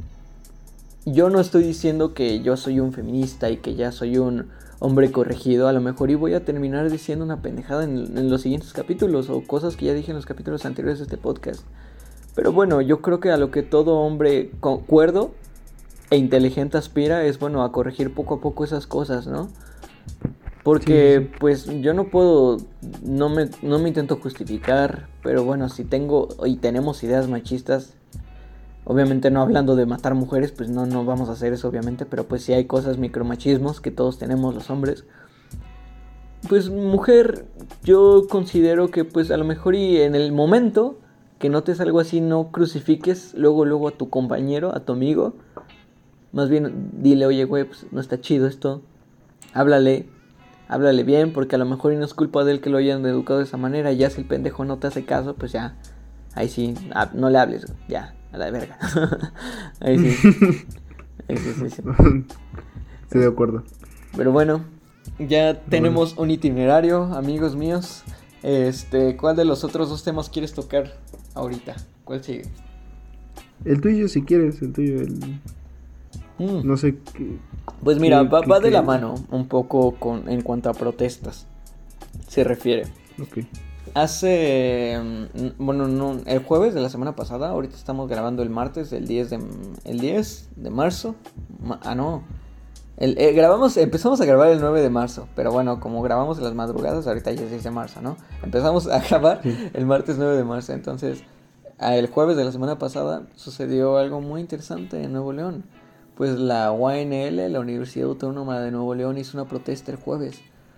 Yo no estoy diciendo que yo soy un feminista y que ya soy un hombre corregido. A lo mejor y voy a terminar diciendo una pendejada en, en los siguientes capítulos o cosas que ya dije en los capítulos anteriores de este podcast. Pero bueno, yo creo que a lo que todo hombre cuerdo e inteligente aspira es, bueno, a corregir poco a poco esas cosas, ¿no? Porque Sí, sí, sí. pues yo no puedo, no me, no me intento justificar, pero bueno, si tengo y tenemos ideas machistas, obviamente no hablando de matar mujeres, pues no, no vamos a hacer eso obviamente, pero pues si hay cosas micromachismos que todos tenemos los hombres. Pues mujer, yo considero que pues a lo mejor y en el momento que notes algo así no crucifiques luego luego a tu compañero, a tu amigo. Más bien dile, oye güey, pues no está chido esto, háblale. Háblale bien, porque a lo mejor no es culpa de él que lo hayan educado de esa manera. Ya si el pendejo no te hace caso, pues ya. Ahí sí, ah, no le hables, ya, a la verga. Ahí sí. Ahí sí, sí, sí. Estoy de acuerdo. Pero bueno, ya Bueno. tenemos un itinerario, amigos míos. Este, ¿cuál de los otros dos temas quieres tocar ahorita? ¿Cuál sigue? El tuyo, si quieres, el tuyo. El... Mm. No sé qué. Pues mira, qué, va, qué, va de qué... la mano un poco con, en cuanto a protestas. Se refiere. Ok. Hace, mm, bueno, no, el jueves de la semana pasada, ahorita estamos grabando el martes, el diez de, el diez de marzo. Ma- ah, no. El, eh, grabamos, empezamos a grabar el nueve de marzo, pero bueno, como grabamos en las madrugadas, ahorita ya es seis de marzo, ¿no? Empezamos a grabar Sí. el martes nueve de marzo, entonces, a- el jueves de la semana pasada sucedió algo muy interesante en Nuevo León. Pues la U A N L, la Universidad Autónoma de Nuevo León, hizo una protesta el jueves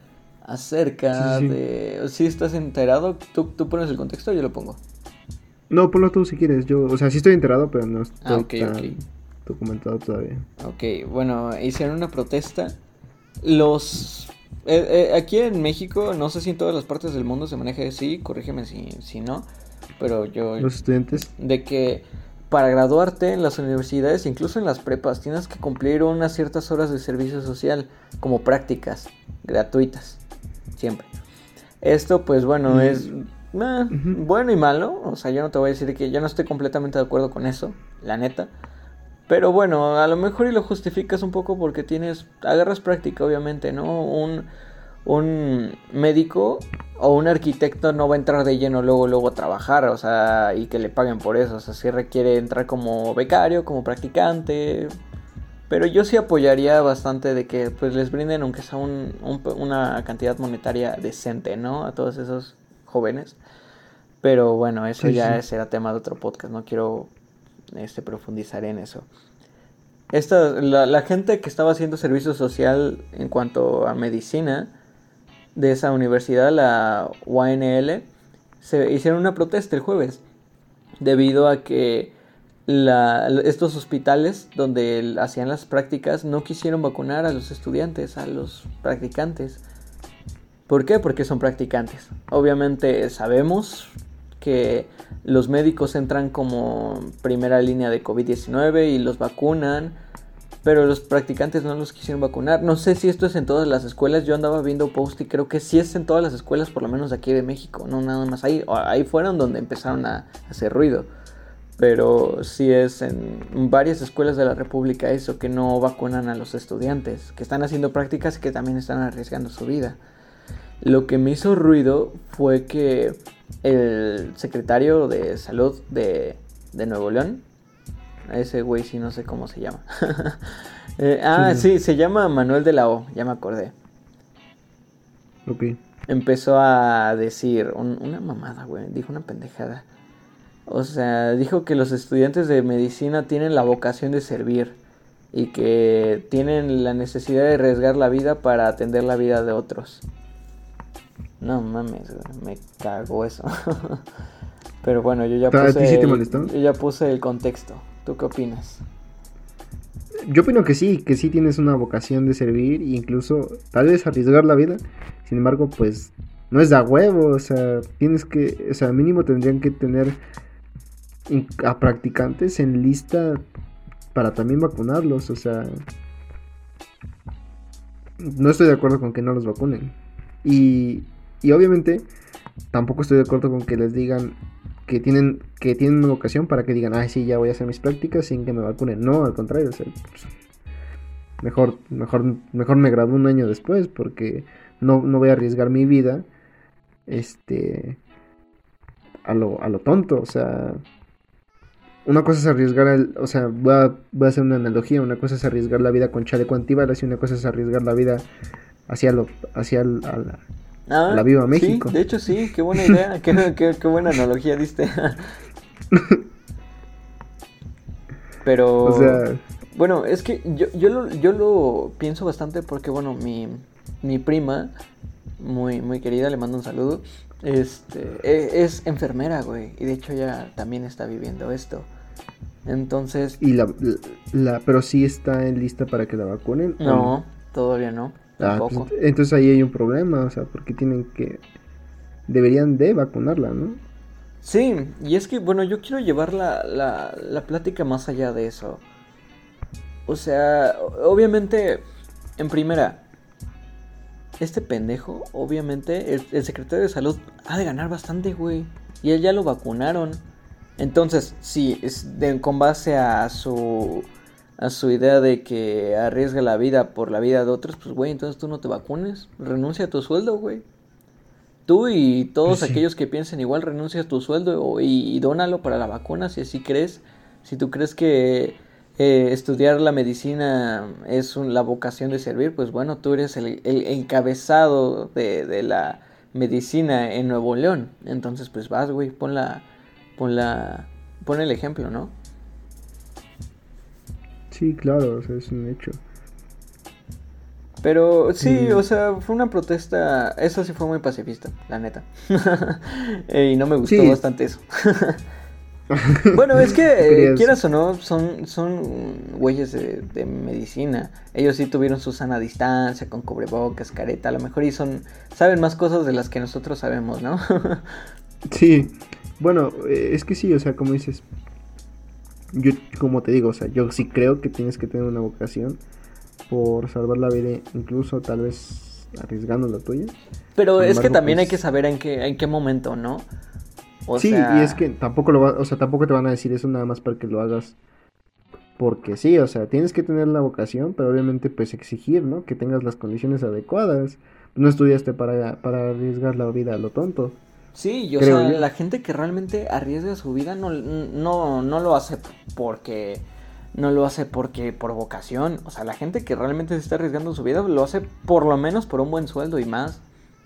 acerca Sí, sí, sí. de... ¿Sí estás enterado? ¿Tú, tú pones el contexto o yo lo pongo? No, ponlo tú si quieres. Yo, o sea, sí estoy enterado, pero no Ah, estoy ok, tan ok. documentado todavía. Ok, bueno, hicieron una protesta. Los... eh, eh, aquí en México, no sé si en todas las partes del mundo se maneja así, corrígeme si, si no, pero yo... Los estudiantes. De que para graduarte en las universidades, incluso en las prepas, tienes que cumplir unas ciertas horas de servicio social como prácticas gratuitas, siempre. Esto, pues bueno, Y- es eh, Ujú. bueno y malo. O sea, yo no te voy a decir que yo no estoy completamente de acuerdo con eso, la neta. Pero bueno, a lo mejor y lo justificas un poco porque tienes, agarras práctica, obviamente, ¿no? Un, un médico o un arquitecto no va a entrar de lleno luego, luego a trabajar, o sea, y que le paguen por eso. O sea, sí requiere entrar como becario, como practicante. Pero yo sí apoyaría bastante de que pues les brinden aunque sea un, un- una cantidad monetaria decente, ¿no? A todos esos jóvenes. Pero bueno, eso Sí, ya sí. será tema de otro podcast, no quiero este, profundizar en eso. Esta, la, la gente que estaba haciendo servicio social en cuanto a medicina de esa universidad, la U A N L, se hicieron una protesta el jueves debido a que la, estos hospitales donde hacían las prácticas no quisieron vacunar a los estudiantes, a los practicantes. ¿Por qué? Porque son practicantes. Obviamente sabemos que los médicos entran como primera línea de covid diecinueve y los vacunan, pero los practicantes no los quisieron vacunar. No sé si esto es en todas las escuelas. Yo andaba viendo post y creo que sí es en todas las escuelas, por lo menos de aquí de México. No nada más ahí. Ahí fueron donde empezaron a hacer ruido. Pero sí es en varias escuelas de la República eso, que no vacunan a los estudiantes, que están haciendo prácticas y que también están arriesgando su vida. Lo que me hizo ruido fue que el secretario de salud de, de Nuevo León, ese güey sí no sé cómo se llama. eh, ah, sí, sí, se llama Manuel de la O, ya me acordé. Ok. Empezó a decir un, una mamada, güey, dijo una pendejada. O sea, dijo que los estudiantes de medicina tienen la vocación de servir y que tienen la necesidad de arriesgar la vida para atender la vida de otros. No mames, me cagó eso. Pero bueno, yo ya puse ¿A ti sí te el, molestó? yo ya puse el contexto. ¿Tú qué opinas? Yo opino que sí, que sí tienes una vocación de servir e incluso tal vez arriesgar la vida. Sin embargo, pues no es de a huevo, o sea, tienes que, o sea, mínimo tendrían que tener a practicantes en lista para también vacunarlos, o sea, no estoy de acuerdo con que no los vacunen. Y, y obviamente tampoco estoy de acuerdo con que les digan que tienen que tienen una vocación para que digan, ay, sí, ya voy a hacer mis prácticas sin que me vacunen. No, al contrario, o sea, pues, mejor, mejor, mejor me gradúo un año después porque no, no voy a arriesgar mi vida este a lo, a lo tonto, o sea, una cosa es arriesgar, el, o sea, voy a, voy a hacer una analogía, una cosa es arriesgar la vida con chaleco antibalas y una cosa es arriesgar la vida hacia lo, hacia el, a la, Ah, a la Viva sí, México. de hecho sí, qué buena idea, qué, qué, qué buena analogía diste. Pero, O sea, bueno, es que yo, yo, lo, yo lo pienso bastante porque, bueno, mi, mi prima, muy, muy querida, le mando un saludo, este, e- es enfermera, güey, y de hecho ella también está viviendo esto. Entonces, y la, la, la- pero sí está en lista para que la vacunen. ¿O no? no, todavía no, Ah, pues, tampoco. entonces ahí hay un problema, o sea, porque tienen que, deberían de vacunarla, ¿no? Sí, y es que, bueno, yo quiero llevar la, la, la plática más allá de eso. O sea, o- obviamente, en primera, este pendejo, obviamente, el, el secretario de salud ha de ganar bastante, güey. Y él ya lo vacunaron. Entonces, sí, es de- con base a su, a su idea de que arriesga la vida por la vida de otros, pues, güey, entonces tú no te vacunes. Renuncia a tu sueldo, güey. Tú y todos Pues sí. aquellos que piensen igual, renuncia a tu sueldo o- y, y dónalo para la vacuna si así crees. Si tú crees que eh, estudiar la medicina es un- la vocación de servir, pues bueno, tú eres el, el encabezado de, de la medicina en Nuevo León. Entonces, pues vas, güey, pon la, pon la, pon el ejemplo, ¿no? Sí, claro, o sea, es un hecho. Pero sí, Mm, o sea, fue una protesta, eso sí fue muy pacifista, la neta. Eh, y no me gustó sí. bastante eso. Bueno, es que, Tú eh, querías- quieras o no, son, son güeyes de, de medicina. Ellos sí tuvieron su sana distancia, con cubrebocas, careta, a lo mejor y son, saben más cosas de las que nosotros sabemos, ¿no? Sí, bueno, eh, es que sí, o sea, como dices, yo, como te digo, o sea, yo sí creo que tienes que tener una vocación por salvar la vida, incluso tal vez arriesgando la tuya. Pero Sin es que embargo, también hay pues, que saber en qué, en qué momento, ¿no? O sí, sea, y es que tampoco lo va, o sea, tampoco te van a decir eso nada más para que lo hagas porque sí, o sea, tienes que tener la vocación, pero obviamente pues exigir, ¿no? Que tengas las condiciones adecuadas. No estudiaste para, para arriesgar la vida a lo tonto, sí, y o creo sea, yo. la gente que realmente arriesga su vida no, no, no lo hace porque, no lo hace porque por vocación. O sea, la gente que realmente se está arriesgando su vida lo hace por lo menos por un buen sueldo y más.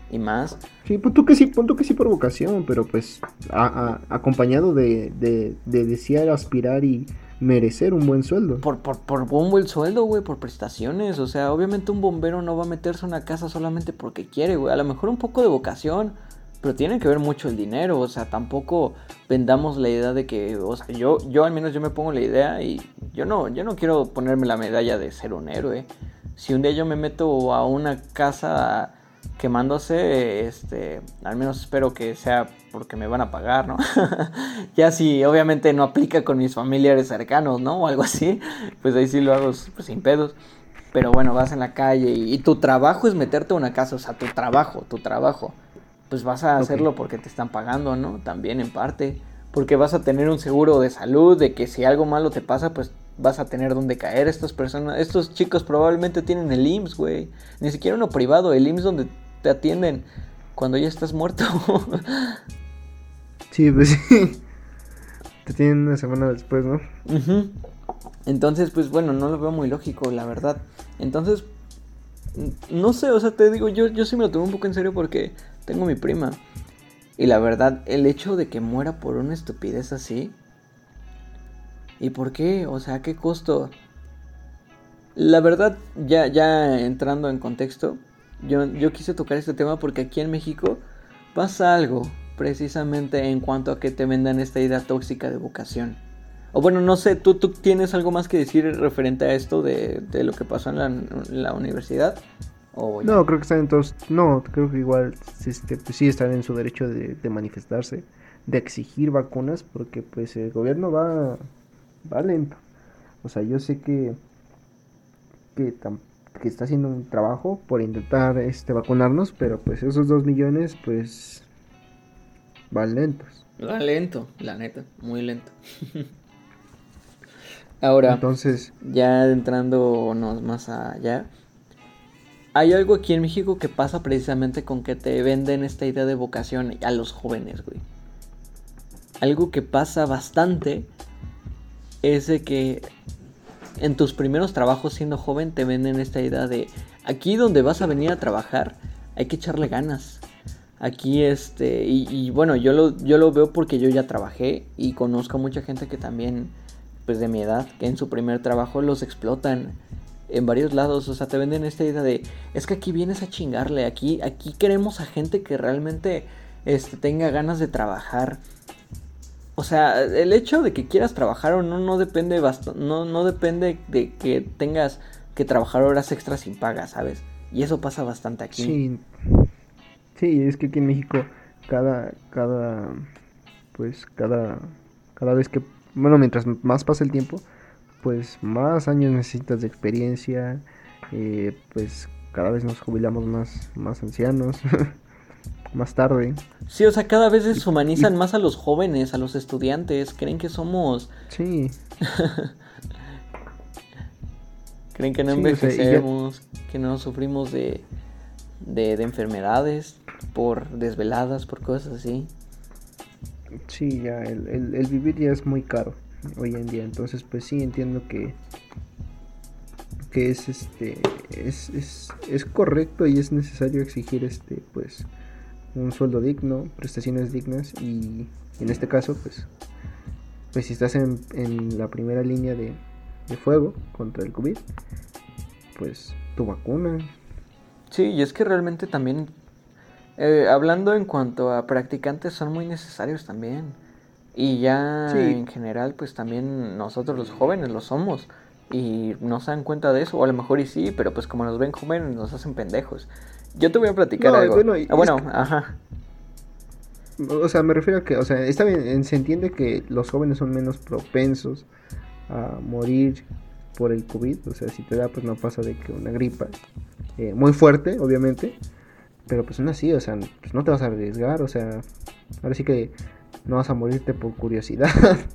y más. Sí, pon tú que sí, pon tú que sí por vocación, pero pues a, a, acompañado de, de, de desear, aspirar y merecer un buen sueldo. Por, por, por un buen sueldo, güey, por prestaciones. O sea, obviamente un bombero no va a meterse a una casa solamente porque quiere, güey. A lo mejor un poco de vocación, pero tiene que ver mucho el dinero. O sea, tampoco vendamos la idea de que, o sea, yo, yo al menos yo me pongo la idea y yo no, yo no quiero ponerme la medalla de ser un héroe. Si un día yo me meto a una casa quemándose, este, al menos espero que sea porque me van a pagar, ¿no? Ya si obviamente no aplica con mis familiares cercanos, ¿no? O algo así, pues ahí sí lo hago pues, sin pedos. Pero bueno, vas en la calle y, y tu trabajo es meterte a una casa, o sea, tu trabajo, tu trabajo. Pues vas a hacerlo okay. Porque te están pagando, ¿no? También en parte. Porque vas a tener un seguro de salud, de que si algo malo te pasa, pues vas a tener donde caer. Estas personas, estos chicos probablemente tienen el I M S S, güey. Ni siquiera uno privado, el I M S S donde te atienden cuando ya estás muerto. Sí, pues sí. Te tienen una semana después, ¿no? Uh-huh. Entonces, pues bueno, no lo veo muy lógico, la verdad. Entonces, no sé, o sea, te digo, yo, yo sí me lo tomo un poco en serio porque tengo mi prima. Y la verdad, el hecho de que muera por una estupidez así. ¿Y por qué? O sea, ¿a qué costo? La verdad, ya, ya entrando en contexto, yo, yo quise tocar este tema porque aquí en México pasa algo, precisamente en cuanto a que te vendan esta idea tóxica de vocación. O bueno, no sé, ¿tú, tú tienes algo más que decir referente a esto de, de lo que pasó en la, en la universidad? ¿O no, creo que están en todos, no, creo que igual este, pues sí están en su derecho de, de manifestarse, de exigir vacunas, porque pues el gobierno va, va lento. O sea, yo sé que que, que está haciendo un trabajo por intentar este vacunarnos, pero pues esos dos millones pues van lentos. Va lento, la neta, muy lento. Ahora, entonces, ya entrándonos más allá, hay algo aquí en México que pasa precisamente con que te venden esta idea de vocación a los jóvenes, güey. Algo que pasa bastante es de que en tus primeros trabajos siendo joven te venden esta idea de aquí donde vas a venir a trabajar hay que echarle ganas. Aquí este, y, y bueno, yo lo, yo lo veo porque yo ya trabajé y conozco a mucha gente que también, pues de mi edad, que en su primer trabajo los explotan en varios lados. O sea, te venden esta idea de, es que aquí vienes a chingarle, aquí, aquí queremos a gente que realmente este, tenga ganas de trabajar. O sea, el hecho de que quieras trabajar o no no depende bast- no, no depende de que tengas que trabajar horas extras sin paga, ¿sabes? Y eso pasa bastante aquí. Sí, sí, es que aquí en México cada, cada, pues cada, cada vez que, bueno, mientras más pasa el tiempo, pues más años necesitas de experiencia, eh, pues cada vez nos jubilamos más, más ancianos. Más tarde. Sí, o sea, cada vez deshumanizan y, y... más a los jóvenes, a los estudiantes. Creen que somos... Sí. Creen que no sí, envejecemos, o sea, ya... que no sufrimos de, de, de enfermedades por desveladas, por cosas así. Sí, ya, el, el, el vivir ya es muy caro hoy en día. Entonces, pues sí, entiendo que que es este es, es, es correcto y es necesario exigir este pues un sueldo digno, prestaciones dignas y en este caso pues pues si estás en, en la primera línea de, de fuego contra el COVID, pues tu vacuna. Sí, y es que realmente también eh, hablando en cuanto a practicantes son muy necesarios también y ya sí. En general pues también nosotros los jóvenes lo somos y no se dan cuenta de eso, o a lo mejor y sí, pero pues como nos ven jóvenes nos hacen pendejos. Yo te voy a platicar no, algo. Bueno, ah, bueno que, ajá. O sea, me refiero a que, o sea, está bien, se entiende que los jóvenes son menos propensos a morir por el COVID. O sea, si te da, pues no pasa de que una gripa eh, muy fuerte, obviamente. Pero pues aún así, o sea, pues no te vas a arriesgar, o sea, ahora sí que no vas a morirte por curiosidad.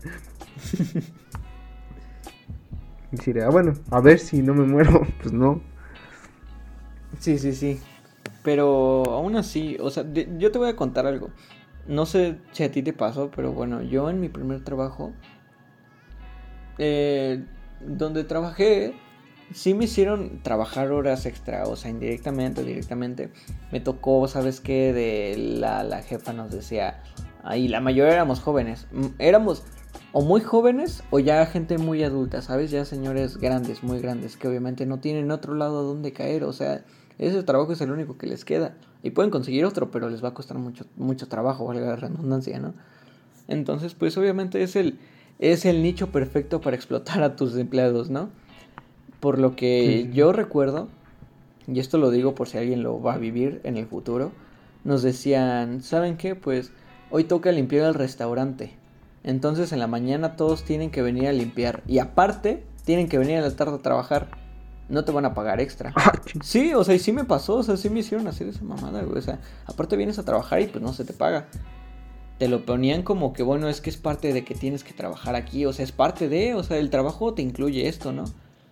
Y decir, ah, bueno, a ver si no me muero, pues no. Sí, sí, sí. Pero aún así, o sea, de, yo te voy a contar algo. No sé si a ti te pasó, pero bueno, yo en mi primer trabajo, eh, donde trabajé, sí me hicieron trabajar horas extra, o sea, indirectamente o directamente. Me tocó, ¿sabes qué? De la, la jefa nos decía, ahí la mayoría éramos jóvenes, éramos o muy jóvenes o ya gente muy adulta, ¿sabes? Ya señores grandes, muy grandes, que obviamente no tienen otro lado a donde caer, o sea, ese trabajo es el único que les queda. Y pueden conseguir otro, pero les va a costar mucho, mucho trabajo, valga la redundancia, ¿no? Entonces, pues obviamente es el, es el nicho perfecto para explotar a tus empleados, ¿no? Por lo que Sí, sí, yo recuerdo, y esto lo digo por si alguien lo va a vivir en el futuro, nos decían, ¿saben qué? Pues hoy toca limpiar el restaurante. Entonces en la mañana todos tienen que venir a limpiar. Y aparte, tienen que venir a la tarde a trabajar. No te van a pagar extra. ah, ching. Sí, o sea, y sí me pasó, o sea, sí me hicieron hacer esa mamada, güey. O sea, aparte vienes a trabajar y pues no se te paga. Te lo ponían como que, bueno, es que es parte de que tienes que trabajar aquí. O sea, es parte de, o sea, el trabajo te incluye esto, ¿no?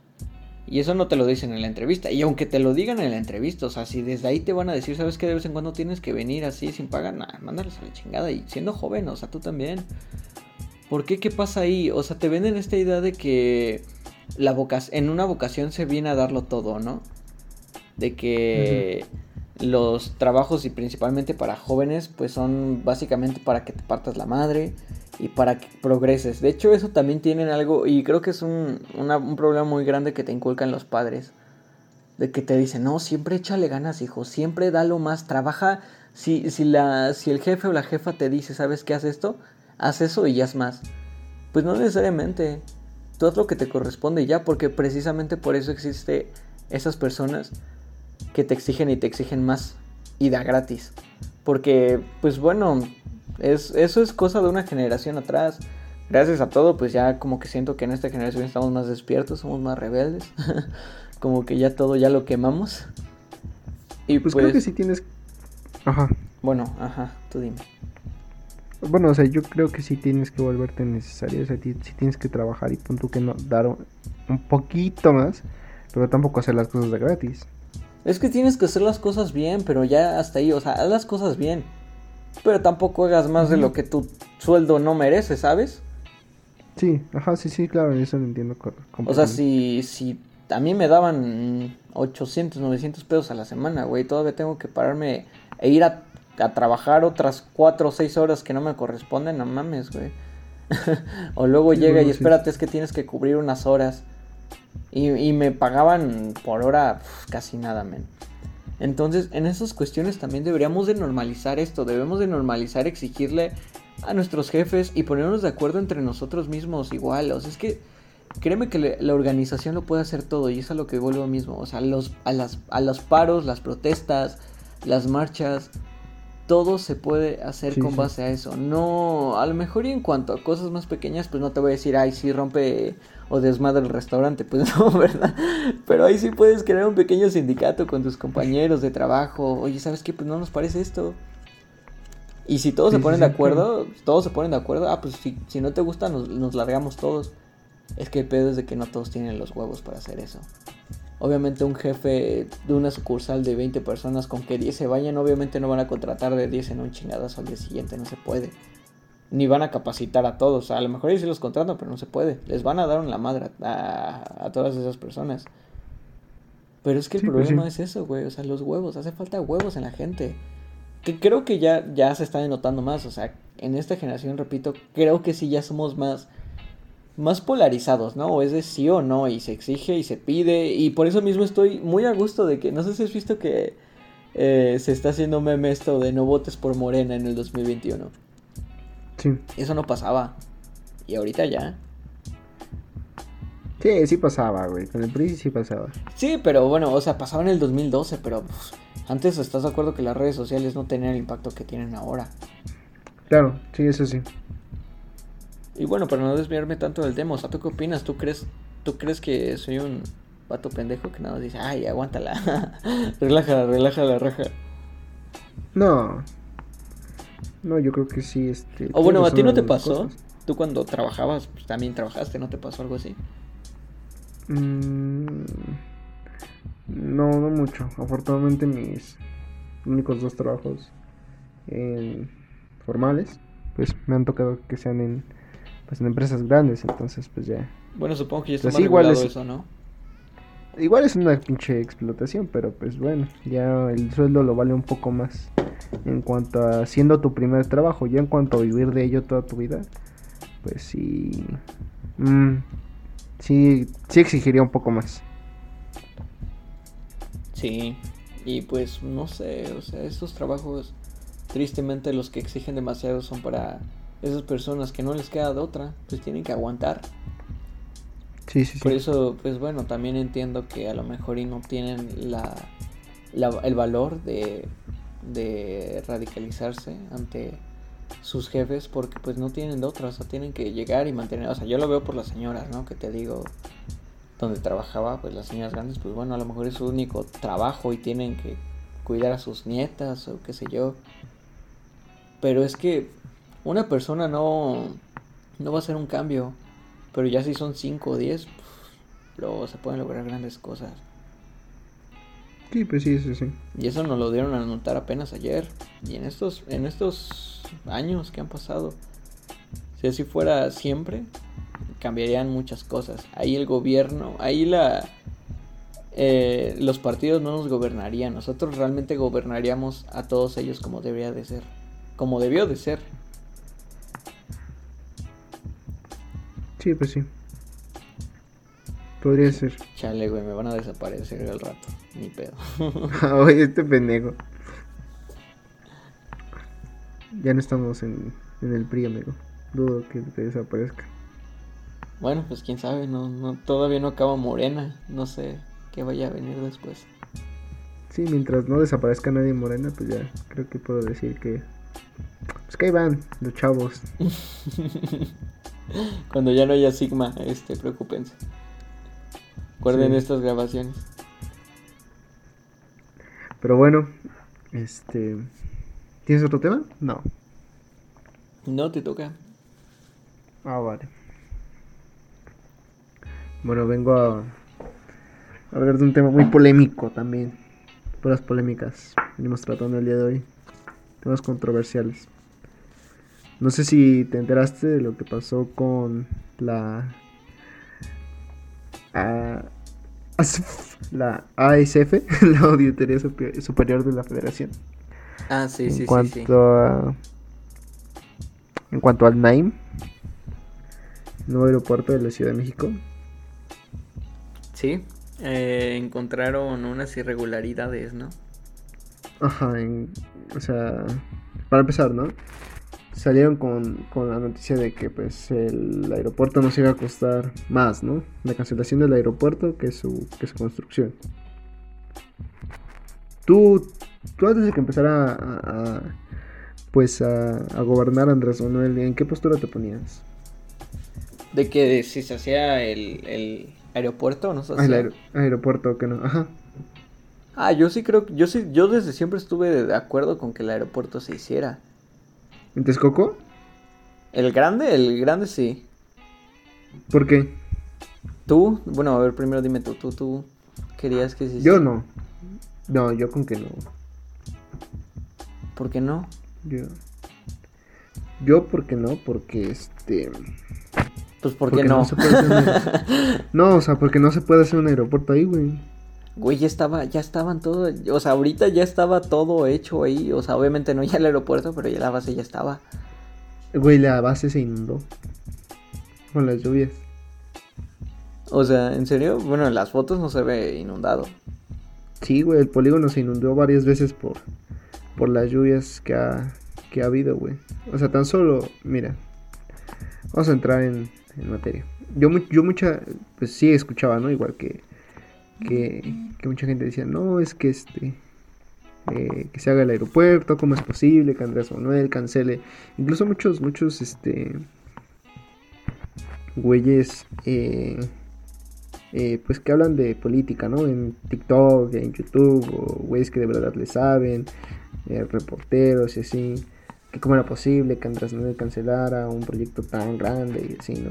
Y eso no te lo dicen en la entrevista. Y aunque te lo digan en la entrevista, o sea, si desde ahí te van a decir, ¿sabes qué? De vez en cuando tienes que venir así sin pagar, nah, mándalos a la chingada. Y siendo joven, o sea, tú también. ¿Por qué? ¿Qué pasa ahí? O sea, te venden esta idea de que la voca- en una vocación se viene a darlo todo, ¿no? De que uh-huh. los trabajos, y principalmente para jóvenes, pues son básicamente para que te partas la madre y para que progreses. De hecho, eso también tienen algo, y creo que es un, una, un problema muy grande que te inculcan los padres. De que te dicen, no, siempre échale ganas, hijo, siempre da lo más, trabaja. Si, si, la, si el jefe o la jefa te dice, ¿sabes qué? Haz esto, haz eso y ya es más. Pues no necesariamente. Tú haz lo que te corresponde ya, porque precisamente por eso existe esas personas que te exigen y te exigen más y da gratis. Porque, pues bueno, es, eso es cosa de una generación atrás. Gracias a todo, pues ya como que siento que en esta generación estamos más despiertos, somos más rebeldes. Como que ya todo ya lo quemamos. Y Pues, pues, creo que sí tienes... Ajá. Bueno, ajá, tú dime. Bueno, o sea, yo creo que sí tienes que volverte necesario, o sea, sí tienes que trabajar y punto que no, dar un, un poquito más, pero tampoco hacer las cosas de gratis. Es que tienes que hacer las cosas bien, pero ya hasta ahí, o sea, haz las cosas bien. Pero tampoco hagas más uh-huh. de lo que tu sueldo no merece, ¿sabes? Sí, ajá, sí, sí, claro, eso lo entiendo. O sea, si, si a mí me daban ochocientos, novecientos pesos a la semana, güey, todavía tengo que pararme e ir a, a trabajar otras cuatro o seis horas que no me corresponden, no mames, güey. O luego sí, llega bueno, y espérate, sí. Es que tienes que cubrir unas horas. Y, y me pagaban por hora pf, casi nada, men. Entonces, en esas cuestiones también deberíamos de normalizar esto. Debemos de normalizar exigirle a nuestros jefes y ponernos de acuerdo entre nosotros mismos igual. O sea, es que créeme que le, la organización lo puede hacer todo y es a lo que vuelvo mismo. O sea, los, a, las, a los paros, las protestas, las marchas, todo se puede hacer sí, con base sí. a eso. No, a lo mejor y en cuanto a cosas más pequeñas, pues no te voy a decir, ay, sí, rompe o desmadre el restaurante, pues no, ¿verdad? Pero ahí sí puedes crear un pequeño sindicato con tus compañeros de trabajo. Oye, ¿sabes qué? Pues no nos parece esto. Y si todos sí, se ponen sí, de acuerdo, sí. todos se ponen de acuerdo, ah, pues si, si no te gusta, nos, nos largamos todos. Es que el pedo es de que no todos tienen los huevos para hacer eso. Obviamente un jefe de una sucursal de veinte personas con que diez se vayan, obviamente no van a contratar de diez en un chingadazo al día siguiente, no se puede. Ni van a capacitar a todos, o sea, a lo mejor ellos sí los contratan, pero no se puede. Les van a dar una madre a, a todas esas personas. Pero es que el sí, problema pues sí. es eso, güey, o sea, los huevos, hace falta huevos en la gente. Que creo que ya, ya se está notando más, o sea, en esta generación, repito, creo que sí ya somos más... más polarizados, ¿no? O es de sí o no, y se exige y se pide, y por eso mismo estoy muy a gusto de que, no sé si has visto que eh, se está haciendo meme esto de no votes por Morena en el dos mil veintiuno. Sí. Eso no pasaba, y ahorita ya. Sí, sí pasaba, güey, con el P R I sí pasaba. Sí, pero bueno, o sea, pasaba en el dos mil doce, pero pues, antes estás de acuerdo que las redes sociales no tenían el impacto que tienen ahora. Claro, sí, eso sí. Y bueno, para no desviarme tanto del tema, o sea, ¿tú qué opinas? ¿Tú crees, tú crees que soy un vato pendejo que nada más dice, ay, aguántala, relájala, relájala, raja? No, no, yo creo que sí, este... O bueno, ¿a ti no te pasó? Cosas. ¿Tú cuando trabajabas, pues, también trabajaste, no te pasó algo así? Mm, no, no mucho. Afortunadamente mis únicos dos trabajos eh, formales, pues me han tocado que sean en... pues en empresas grandes, entonces pues ya. Bueno, supongo que ya está pues más regulado es... eso, ¿no? igual es una pinche explotación, pero pues bueno, ya el sueldo lo vale un poco más en cuanto a siendo tu primer trabajo, ya en cuanto a vivir de ello toda tu vida, pues sí, mm, sí, sí exigiría un poco más. Sí, y pues no sé, o sea, estos trabajos, tristemente los que exigen demasiado son para esas personas que no les queda de otra, pues tienen que aguantar. Sí, sí, Por sí. eso, pues bueno, también entiendo que a lo mejor y no tienen la, la el valor de, de radicalizarse ante sus jefes porque pues no tienen de otra, o sea, tienen que llegar y mantener, o sea, yo lo veo por las señoras, ¿no? Que te digo, donde trabajaba, pues las señoras grandes, pues bueno, a lo mejor es su único trabajo y tienen que cuidar a sus nietas o qué sé yo. Pero es que una persona no, no va a hacer un cambio, pero ya si son cinco o diez, luego se pueden lograr grandes cosas. Sí, pues sí, sí, sí. Y eso nos lo dieron a notar apenas ayer. Y en estos, en estos años que han pasado, si así fuera siempre, cambiarían muchas cosas. Ahí el gobierno, ahí la, eh, los partidos no nos gobernarían. Nosotros realmente gobernaríamos a todos ellos como debería de ser, como debió de ser. Sí, pues sí. Podría ser. Chale, güey, me van a desaparecer al rato. Ni pedo. Oye, este pendejo. Ya no estamos en, en el P R I, amigo. Dudo que te desaparezca. Bueno, pues quién sabe, no, no, todavía no acaba Morena. No sé qué vaya a venir después. Sí, mientras no desaparezca nadie en Morena, pues ya creo que puedo decir que... Pues que ahí van los chavos. Cuando ya no haya Sigma, este, preocúpense. Guarden Sí. estas grabaciones. Pero bueno, este... ¿Tienes otro tema? No. No te toca. Ah, vale. Bueno, vengo a hablar de un tema muy polémico también. Puras polémicas. Venimos tratando el día de hoy. Temas controversiales. No sé si te enteraste de lo que pasó con la... A, la A S F, la Auditoría Superior de la Federación. Ah, sí, En sí, sí, sí. cuanto a... En cuanto al Naim, nuevo aeropuerto de la Ciudad de México. Sí, eh, encontraron unas irregularidades, ¿no? Ajá, en, o sea, para empezar, ¿no? Salieron con, con la noticia de que pues el aeropuerto nos iba a costar más, ¿no? La cancelación del aeropuerto que su, que su construcción. Tú, tú antes de que empezara a, a pues a, a gobernar Andrés Manuel, ¿en qué postura te ponías? De que si se hacía el, el aeropuerto, ¿no se Ah, el hacía? aer- aeropuerto que no, ajá. Ah, yo sí creo, yo sí, yo desde siempre estuve de acuerdo con que el aeropuerto se hiciera. ¿En Texcoco? El grande, el grande sí. ¿Por qué? Tú, bueno, a ver, primero dime tú, tú, tú querías que se Yo hiciera. no. No, yo con que no. ¿Por qué no? Yo. Yo porque no, porque este. Pues ¿por qué Porque no no? se puede hacer un aer- No, o sea, porque no se puede hacer un aeropuerto ahí, güey. Güey, ya estaba, ya estaban todo, o sea, ahorita ya estaba todo hecho ahí, o sea, obviamente no ya el aeropuerto, pero ya la base ya estaba. Güey, la base se inundó con las lluvias. O sea, ¿en serio? Bueno, en las fotos no se ve inundado. Sí, güey, el polígono se inundó varias veces por, por las lluvias que ha, que ha habido, güey. O sea, tan solo, mira, vamos a entrar en, en materia. Yo, mu- yo mucha, pues sí escuchaba, ¿no? Igual que, que, que mucha gente decía, no, es que este, eh, que se haga el aeropuerto, ¿cómo es posible que Andrés Manuel cancele? Incluso muchos, muchos, este, güeyes, eh, eh, pues que hablan de política, ¿no? En TikTok, en YouTube, o güeyes que de verdad le saben, eh, reporteros y así, que cómo era posible que Andrés Manuel cancelara un proyecto tan grande y así, ¿no?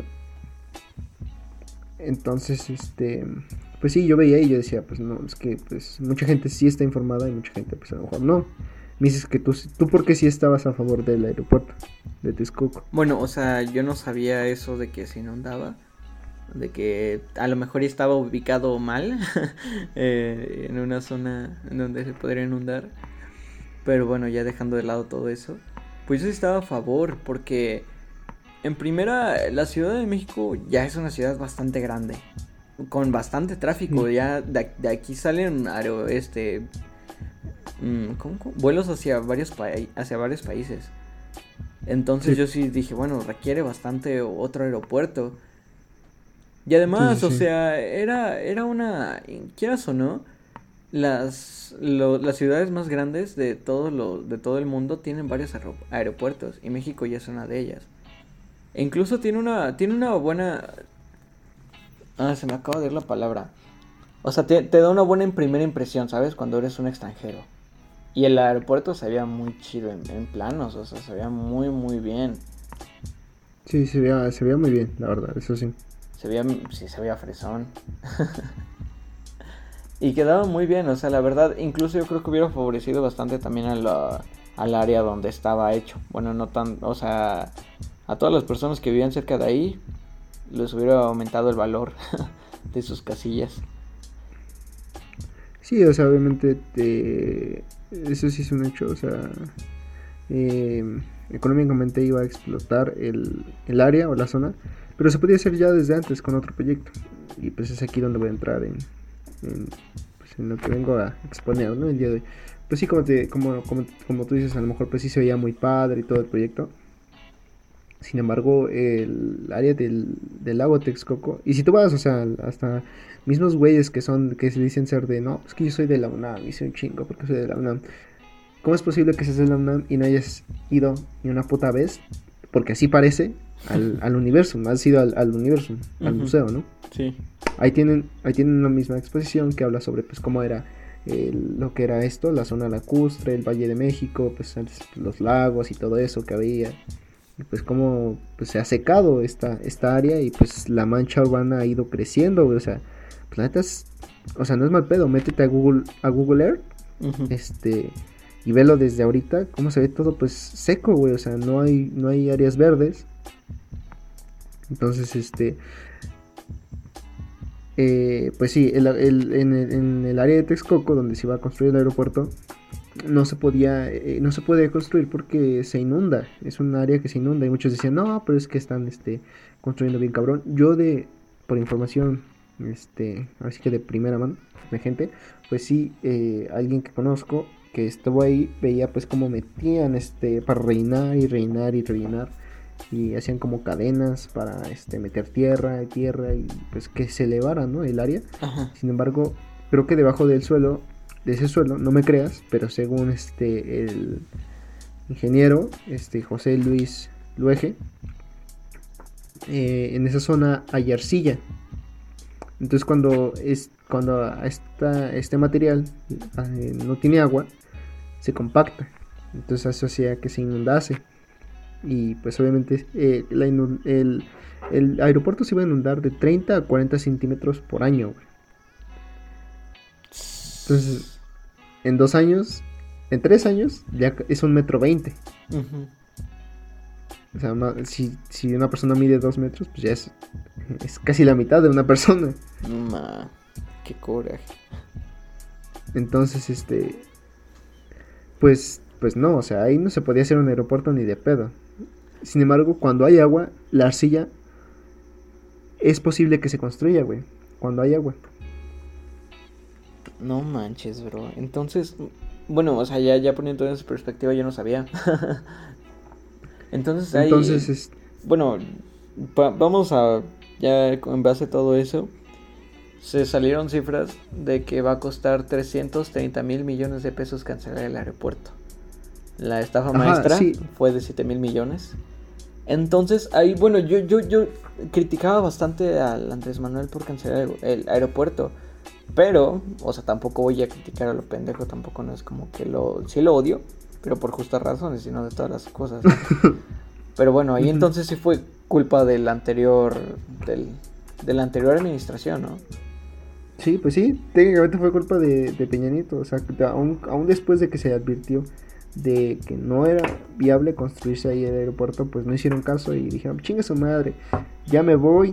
Entonces, este, pues sí, yo veía y yo decía, pues no, es que pues mucha gente sí está informada y mucha gente pues a lo mejor no. Me dices que tú, tú porque sí estabas a favor del aeropuerto de Texcoco. Bueno, o sea, yo no sabía eso de que se inundaba. de que a lo mejor estaba ubicado mal eh, en una zona en donde se podría inundar. Pero bueno, ya dejando de lado todo eso, pues yo sí estaba a favor, porque en primera, la Ciudad de México ya es una ciudad bastante grande, con bastante tráfico. Sí. Ya de, de aquí salen aero, este, mm, ¿cómo, cómo? Vuelos hacia varios, pa hacia varios países. Entonces Sí. yo sí dije, bueno, requiere bastante otro aeropuerto. Y además, Sí, sí, o sí. sea, era, era una, quieras o no, las, lo, las ciudades más grandes de todo, lo, de todo el mundo tienen varios aer aeropuertos, y México ya es una de ellas. E incluso tiene una, tiene una buena... Ah, se me acaba de ir la palabra. O sea, te, te da una buena primera impresión, ¿sabes? Cuando eres un extranjero. Y el aeropuerto se veía muy chido en, en planos, o sea, se veía muy, muy bien. Sí, se veía, se veía muy bien, la verdad, eso sí. Se veía, sí, se veía fresón. Y quedaba muy bien, o sea, la verdad, incluso yo creo que hubiera favorecido bastante también a la, al área donde estaba hecho. Bueno, no tan, o sea, a todas las personas que vivían cerca de ahí, les hubiera aumentado el valor de sus casillas. Sí, o sea, obviamente te... eso sí es un hecho, o sea, eh, económicamente iba a explotar el, el área o la zona, pero se podía hacer ya desde antes con otro proyecto. Y pues es aquí donde voy a entrar en, en, pues en lo que vengo a exponer, ¿no? El día de hoy. Pues sí, como, te, como, como, como tú dices, a lo mejor pues sí se veía muy padre y todo el proyecto. Sin embargo, el área del, del lago Texcoco, y si tú vas, o sea, hasta mismos güeyes que son, que se dicen ser de, no, es que yo soy de la UNAM, y soy un chingo porque soy de la UNAM. ¿Cómo es posible que seas de la UNAM y no hayas ido ni una puta vez? Porque así parece al, al universo, has ido al, al universo, al Uh-huh. museo, ¿no? Sí. Ahí tienen, ahí tienen una misma exposición que habla sobre pues cómo era el, lo que era esto, la zona lacustre, el Valle de México, pues los lagos y todo eso que había. Y pues cómo pues, se ha secado esta, esta área y pues la mancha urbana ha ido creciendo, güey. O sea, pues la neta es, o sea, no es mal pedo, métete a Google, a Google Earth, Uh-huh. este, y velo desde ahorita, cómo se ve todo pues seco, güey. O sea, no hay, no hay áreas verdes. Entonces, este, eh, pues sí, el, el, en, el, en el área de Texcoco, donde se iba a construir el aeropuerto, no se podía, eh, no se puede construir porque se inunda, es un área que se inunda y muchos decían, no, pero es que están este, construyendo bien cabrón. Yo de, por información, este, así que de primera mano, de gente, pues sí, eh, alguien que conozco que estuvo ahí, veía pues cómo metían este, para reinar y reinar y rellenar y hacían como cadenas para este, meter tierra y tierra y pues que se elevara, ¿no? El área. Ajá. Sin embargo, creo que debajo del suelo, de ese suelo, no me creas, pero según este el ingeniero, este José Luis Luege, eh, en esa zona hay arcilla. Entonces cuando es cuando esta, este material eh, no tiene agua, se compacta. Entonces eso hacía que se inundase. Y pues obviamente eh, la inund el, el aeropuerto se iba a inundar de treinta a cuarenta centímetros por año, güey. Entonces, en dos años, en tres años, ya es un metro veinte. Uh-huh. O sea, ma- si, si una persona mide dos metros, pues ya es, es casi la mitad de una persona. Ma, qué coraje. Entonces, este, pues, pues no, o sea, ahí no se podía hacer un aeropuerto ni de pedo. Sin embargo, cuando hay agua, la arcilla es posible que se construya, güey. Cuando hay agua. No manches, bro. Entonces, bueno, o sea, ya, ya poniendo en su perspectiva, yo no sabía. Entonces, ahí, Entonces, es, bueno, va- vamos a, ya en base a todo eso, se salieron cifras de que va a costar trescientos treinta mil millones de pesos cancelar el aeropuerto. La estafa ajá, maestra sí, fue de siete mil millones. Entonces, ahí, bueno, yo, yo, yo criticaba bastante al Andrés Manuel por cancelar el, el aeropuerto. Pero, o sea, tampoco voy a criticar a lo pendejo, tampoco no es como que lo... Sí lo odio, pero por justas razones, y no de todas las cosas, ¿no? Pero bueno, ahí Ujú. entonces sí fue culpa del anterior, del, de la anterior administración, ¿no? Sí, pues sí, técnicamente fue culpa de, de Peña Nieto, o sea, que aún, aún después de que se advirtió de que no era viable construirse ahí el aeropuerto, pues no hicieron caso y dijeron, chinga su madre, ya me voy,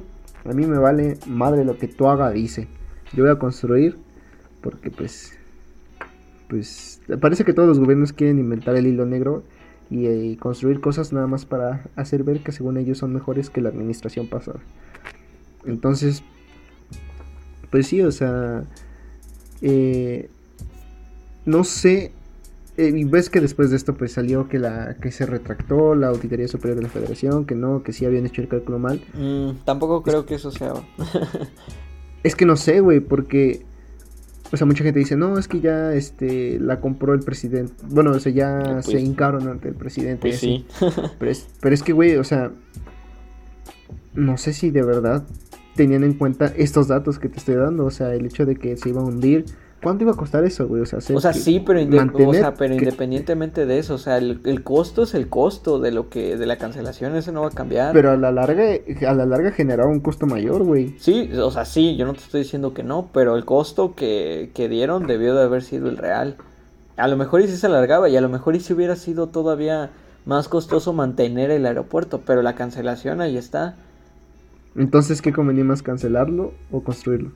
a mí me vale madre lo que tú haga, dice. Yo voy a construir porque pues, pues parece que todos los gobiernos quieren inventar el hilo negro y, y construir cosas nada más para hacer ver que según ellos son mejores que la administración pasada. Entonces, pues sí, o sea, eh, no sé, eh, y ves que después de esto pues salió que la que se retractó la Auditoría Superior de la Federación, que no, que sí habían hecho el cálculo mal. Mm, tampoco creo es, que eso sea. Es que no sé, güey, porque, o sea, mucha gente dice, no, es que ya, este, la compró el presidente. Bueno, o sea, ya pues, se hincaron ante el presidente. Pues sí. pero, es, pero es que, güey, o sea, no sé si de verdad tenían en cuenta estos datos que te estoy dando. O sea, el hecho de que se iba a hundir. ¿Cuánto iba a costar eso, güey? O sea, o sea sí, pero, inde- o sea, pero que... independientemente de eso, o sea, el, el costo es el costo de lo que de la cancelación, eso no va a cambiar. Pero a la larga, a la larga generaba un costo mayor, güey. Sí, o sea, sí, yo no te estoy diciendo que no, pero el costo que, que dieron debió de haber sido el real. A lo mejor y sí se alargaba y a lo mejor y sí hubiera sido todavía más costoso mantener el aeropuerto, pero la cancelación ahí está. Entonces, ¿qué convenía más, cancelarlo o construirlo?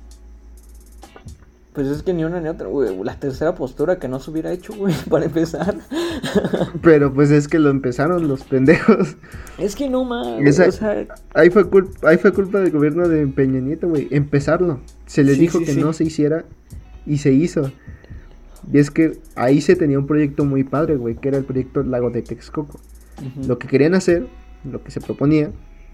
Pues es que ni una ni otra, güey. La tercera postura que no se hubiera hecho, güey, para empezar. Pero pues es que lo empezaron los pendejos. Es que no, man. Esa, o sea... ahí, fue culpa, ahí fue culpa del gobierno de Peña Nieto, güey. Empezarlo. Se les sí, dijo sí, que sí. no se hiciera y se hizo. Y es que ahí se tenía un proyecto muy padre, güey, que era el proyecto Lago de Texcoco. Uh-huh. Lo que querían hacer, lo que se proponía,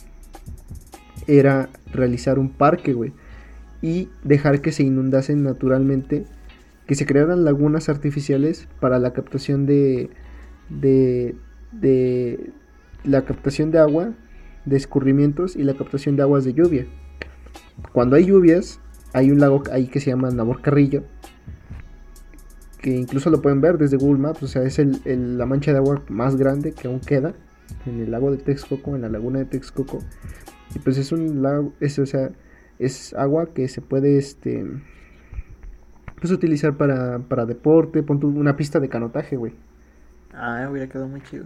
era realizar un parque, güey. Y dejar que se inundasen naturalmente, que se crearan lagunas artificiales para la captación de, de, de la captación de agua, de escurrimientos y la captación de aguas de lluvia. Cuando hay lluvias, hay un lago ahí que se llama Nabor Carrillo, que incluso lo pueden ver desde Google Maps, o sea, es el, el, la mancha de agua más grande que aún queda en el lago de Texcoco, en la laguna de Texcoco. Y pues es un lago, es, o sea, es agua que se puede este pues utilizar para, para deporte, pon una pista de canotaje, güey. Ah, hubiera quedado muy chido.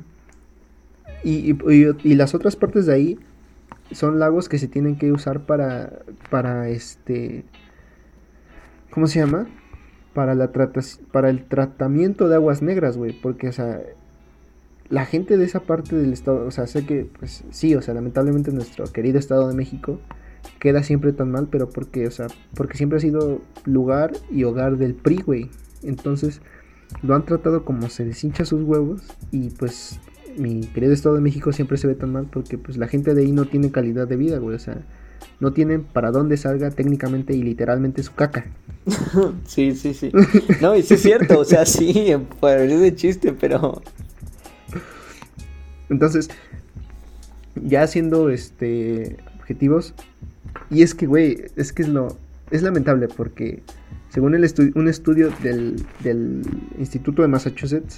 Y, y, y, y las otras partes de ahí son lagos que se tienen que usar para para este ¿cómo se llama? Para la trata, para el tratamiento de aguas negras, güey, porque o sea, la gente de esa parte del estado, o sea, sé que pues sí, o sea, lamentablemente nuestro querido Estado de México queda siempre tan mal, pero porque, o sea, porque siempre ha sido lugar y hogar del P R I, güey. Entonces, lo han tratado como se les hincha sus huevos y pues mi querido Estado de México siempre se ve tan mal porque pues la gente de ahí no tiene calidad de vida, güey, o sea, no tienen para dónde salga técnicamente y literalmente su caca. Sí, sí, sí. No, y sí es cierto, o sea, sí, parece de chiste, pero... Entonces, ya siendo este objetivos, y es que, güey, es que es lo es lamentable porque según el estu- un estudio del, del Instituto de Massachusetts,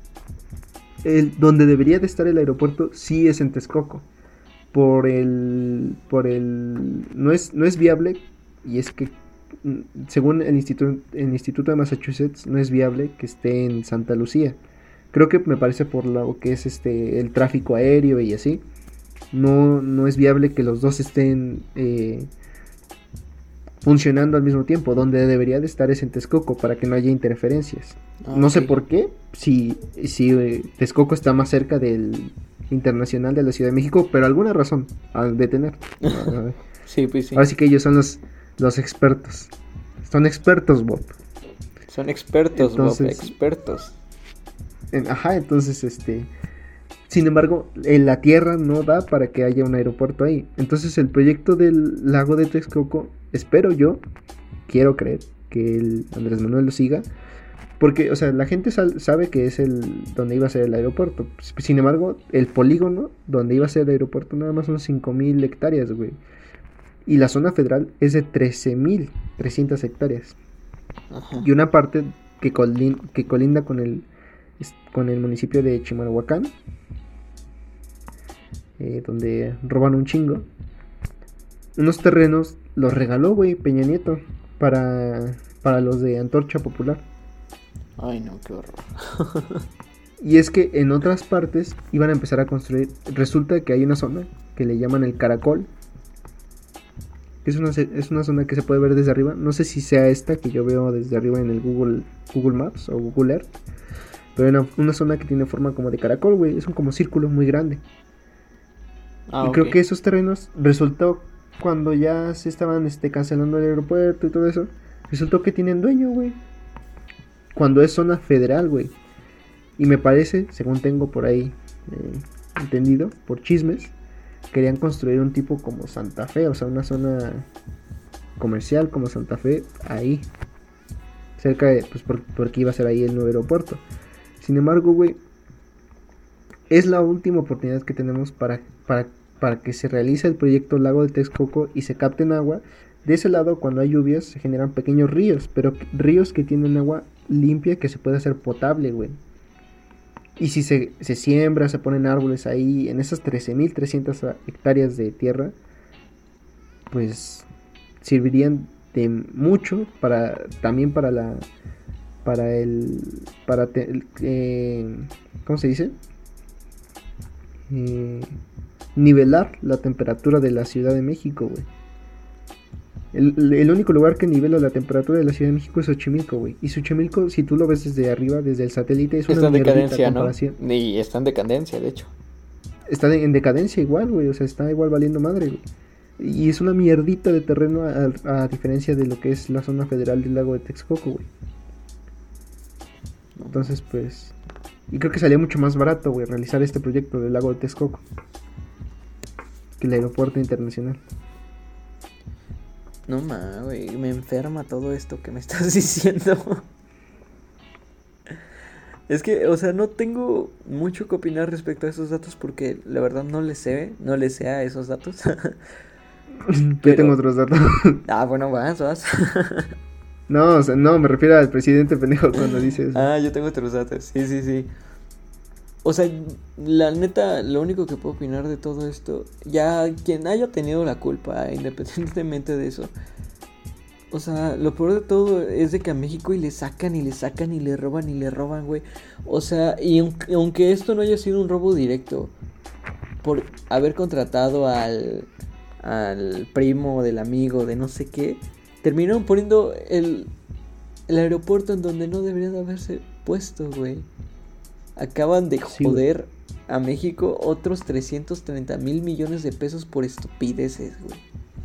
el, donde debería de estar el aeropuerto sí es en Texcoco. Por el por el no es no es viable, y es que según el instituto el Instituto de Massachusetts no es viable que esté en Santa Lucía. Creo que me parece por lo que es este el tráfico aéreo y así. No, no es viable que los dos estén eh, funcionando al mismo tiempo. Donde debería de estar es en Texcoco para que no haya interferencias. Ah, no okay. sé por qué, si, si eh, Texcoco está más cerca del internacional de la Ciudad de México, pero alguna razón al de tener. Sí, pues sí. Ahora sí que ellos son los, los expertos. Son expertos, Bob. Son expertos, entonces, Bob, expertos. En, ajá, entonces este... Sin embargo, en la tierra no da para que haya un aeropuerto ahí. Entonces el proyecto del lago de Texcoco, espero yo, quiero creer que el Andrés Manuel lo siga, porque, o sea, la gente sal, sabe que es el donde iba a ser el aeropuerto. Sin embargo, el polígono donde iba a ser el aeropuerto nada más son cinco mil hectáreas, güey. Y la zona federal es de trece mil trescientas hectáreas. Ajá. Y una parte que, colin, que colinda con el, con el municipio de Chimalhuacán, Eh, donde roban un chingo. Unos terrenos los regaló, güey, Peña Nieto para, para los de Antorcha Popular. Ay, no, qué horror. Y es que en otras partes iban a empezar a construir. Resulta que hay una zona que le llaman el Caracol, que es una, es una zona que se puede ver desde arriba. No sé si sea esta que yo veo desde arriba en el Google, Google Maps o Google Earth. Pero una, una zona que tiene forma como de caracol, güey. Es un como círculo muy grande. Ah, y ok. creo que esos terrenos resultó cuando ya se estaban este, cancelando el aeropuerto y todo eso. Resultó que tienen dueño, güey. Cuando es zona federal, güey. Y me parece, según tengo por ahí eh, entendido, por chismes, querían construir un tipo como Santa Fe, o sea, una zona comercial como Santa Fe, ahí. Cerca de, pues por, porque iba a ser ahí el nuevo aeropuerto. Sin embargo, güey, es la última oportunidad que tenemos para, para, para que se realice el proyecto Lago de Texcoco y se capten agua. De ese lado, cuando hay lluvias, se generan pequeños ríos, pero ríos que tienen agua limpia que se puede hacer potable, güey. Y si se, se siembra, se ponen árboles ahí, en esas trece mil trescientas hectáreas de tierra, pues servirían de mucho para también para la para el para te, eh, ¿cómo se dice? Eh, nivelar la temperatura de la Ciudad de México, güey. El, el único lugar que nivela la temperatura de la Ciudad de México es Xochimilco, güey. Y Xochimilco, si tú lo ves desde arriba, desde el satélite, es Está una en decadencia, ¿no? comparación. Y está en decadencia, de hecho. Está en decadencia igual, güey. O sea, está igual valiendo madre, güey. Y es una mierdita de terreno a, a diferencia de lo que es la zona federal del lago de Texcoco, güey. Entonces, pues... Y creo que salía mucho más barato, güey, realizar este proyecto del lago de Texcoco que el aeropuerto internacional. No ma, güey, me enferma todo esto que me estás diciendo. Es que, o sea, no tengo mucho que opinar respecto a esos datos porque la verdad no le sé, no le sé a esos datos. Yo Pero... tengo otros datos. Ah, bueno, vas, vas. No, o sea, no, me refiero al presidente pendejo cuando dice eso. Ah, yo tengo otros datos, sí, sí, sí. O sea, la neta, lo único que puedo opinar de todo esto, ya quien haya tenido la culpa, independientemente de eso. O sea, lo peor de todo es de que a México y le sacan y le sacan y le roban y le roban, güey. O sea, y aunque, aunque esto no haya sido un robo directo, por haber contratado al, al primo del amigo de no sé qué, terminaron poniendo el, el aeropuerto en donde no deberían de haberse puesto, güey. Acaban de joder sí, a México otros trescientos treinta mil millones de pesos por estupideces, güey.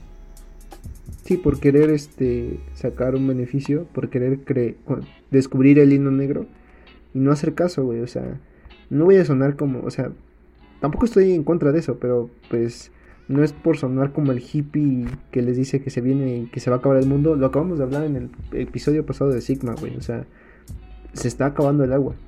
Sí, por querer este sacar un beneficio, por querer cre- descubrir el hilo negro y no hacer caso, güey. O sea, no voy a sonar como, o sea, tampoco estoy en contra de eso, pero pues no es por sonar como el hippie que les dice que se viene y que se va a acabar el mundo. Lo acabamos de hablar en el episodio pasado de Sigma, güey. O sea, se está acabando el agua.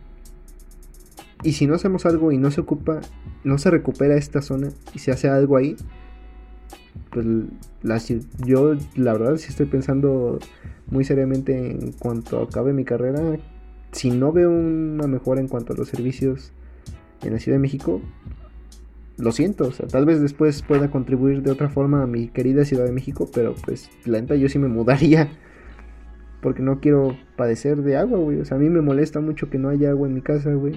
Y si no hacemos algo y no se ocupa, no se recupera esta zona y se hace algo ahí, pues la, yo la verdad sí estoy pensando muy seriamente en cuanto acabe mi carrera. Si no veo una mejora en cuanto a los servicios en la Ciudad de México, lo siento, o sea, tal vez después pueda contribuir de otra forma a mi querida Ciudad de México, pero pues la neta yo sí me mudaría porque no quiero padecer de agua, güey. O sea, a mí me molesta mucho que no haya agua en mi casa, güey.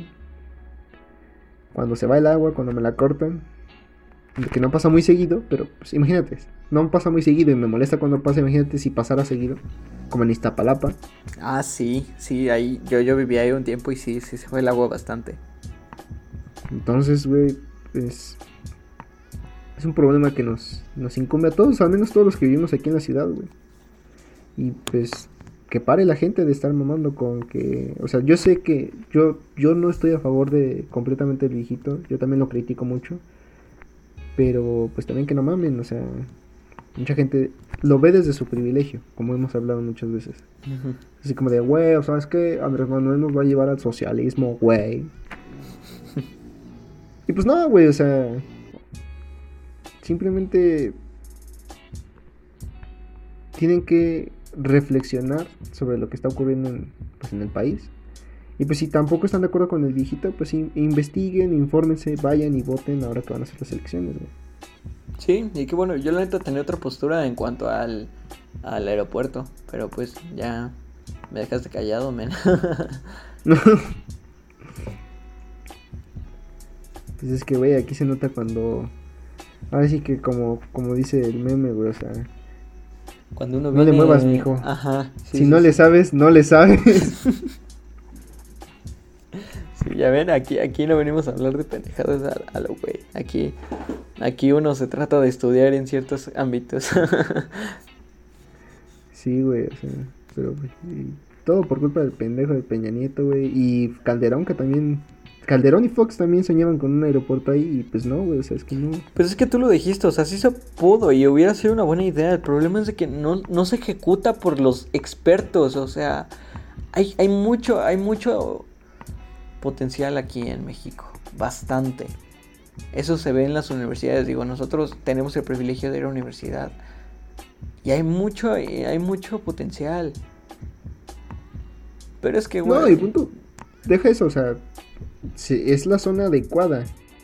Cuando se va el agua, cuando me la cortan, que no pasa muy seguido, pero pues imagínate, no pasa muy seguido y me molesta cuando pasa, imagínate si pasara seguido, como en Iztapalapa. Ah, sí, sí, ahí yo, yo vivía ahí un tiempo y sí, sí se fue el agua bastante. Entonces, güey, es, es un problema que nos, nos incumbe a todos, al menos todos los que vivimos aquí en la ciudad, güey. Y pues que pare la gente de estar mamando con que, o sea, yo sé que yo, yo no estoy a favor de completamente el viejito, yo también lo critico mucho. Pero pues también que no mamen, o sea, mucha gente lo ve desde su privilegio, como hemos hablado muchas veces. Uh-huh. Así como de, güey, o ¿sabes qué? Andrés Manuel nos va a llevar al socialismo, güey. Y pues no, güey, o sea, simplemente tienen que reflexionar sobre lo que está ocurriendo en, pues, en el país. Y pues si tampoco están de acuerdo con el viejito, pues in- investiguen, infórmense, vayan y voten ahora que van a hacer las elecciones, güey. Sí, y que bueno, yo la neta tenía otra postura en cuanto al, al aeropuerto, pero pues ya me dejaste callado, men. Pues es que, güey, aquí se nota cuando... Ahora sí que como, como dice el meme, güey, o sea, Cuando uno No viene... le muevas, mijo. Ajá. Sí, si sí, no sí. le sabes, no le sabes. Sí, ya ven, aquí, aquí no venimos a hablar de pendejadas a, a lo güey. Aquí, aquí uno se trata de estudiar en ciertos ámbitos. Sí, güey, o sea, pero güey, y todo por culpa del pendejo de Peña Nieto, güey. Y Calderón, que también... Calderón y Fox también soñaban con un aeropuerto ahí y pues no, güey, o sea, es que no. Pues es que tú lo dijiste, o sea, sí se pudo y hubiera sido una buena idea. El problema es de que no, no se ejecuta por los expertos, o sea, hay, hay mucho, hay mucho potencial aquí en México, bastante. Eso se ve en las universidades, digo, nosotros tenemos el privilegio de ir a la universidad y hay mucho, hay mucho potencial. Pero es que, güey... No, y punto, deja eso, o sea, se- es la zona adecuada.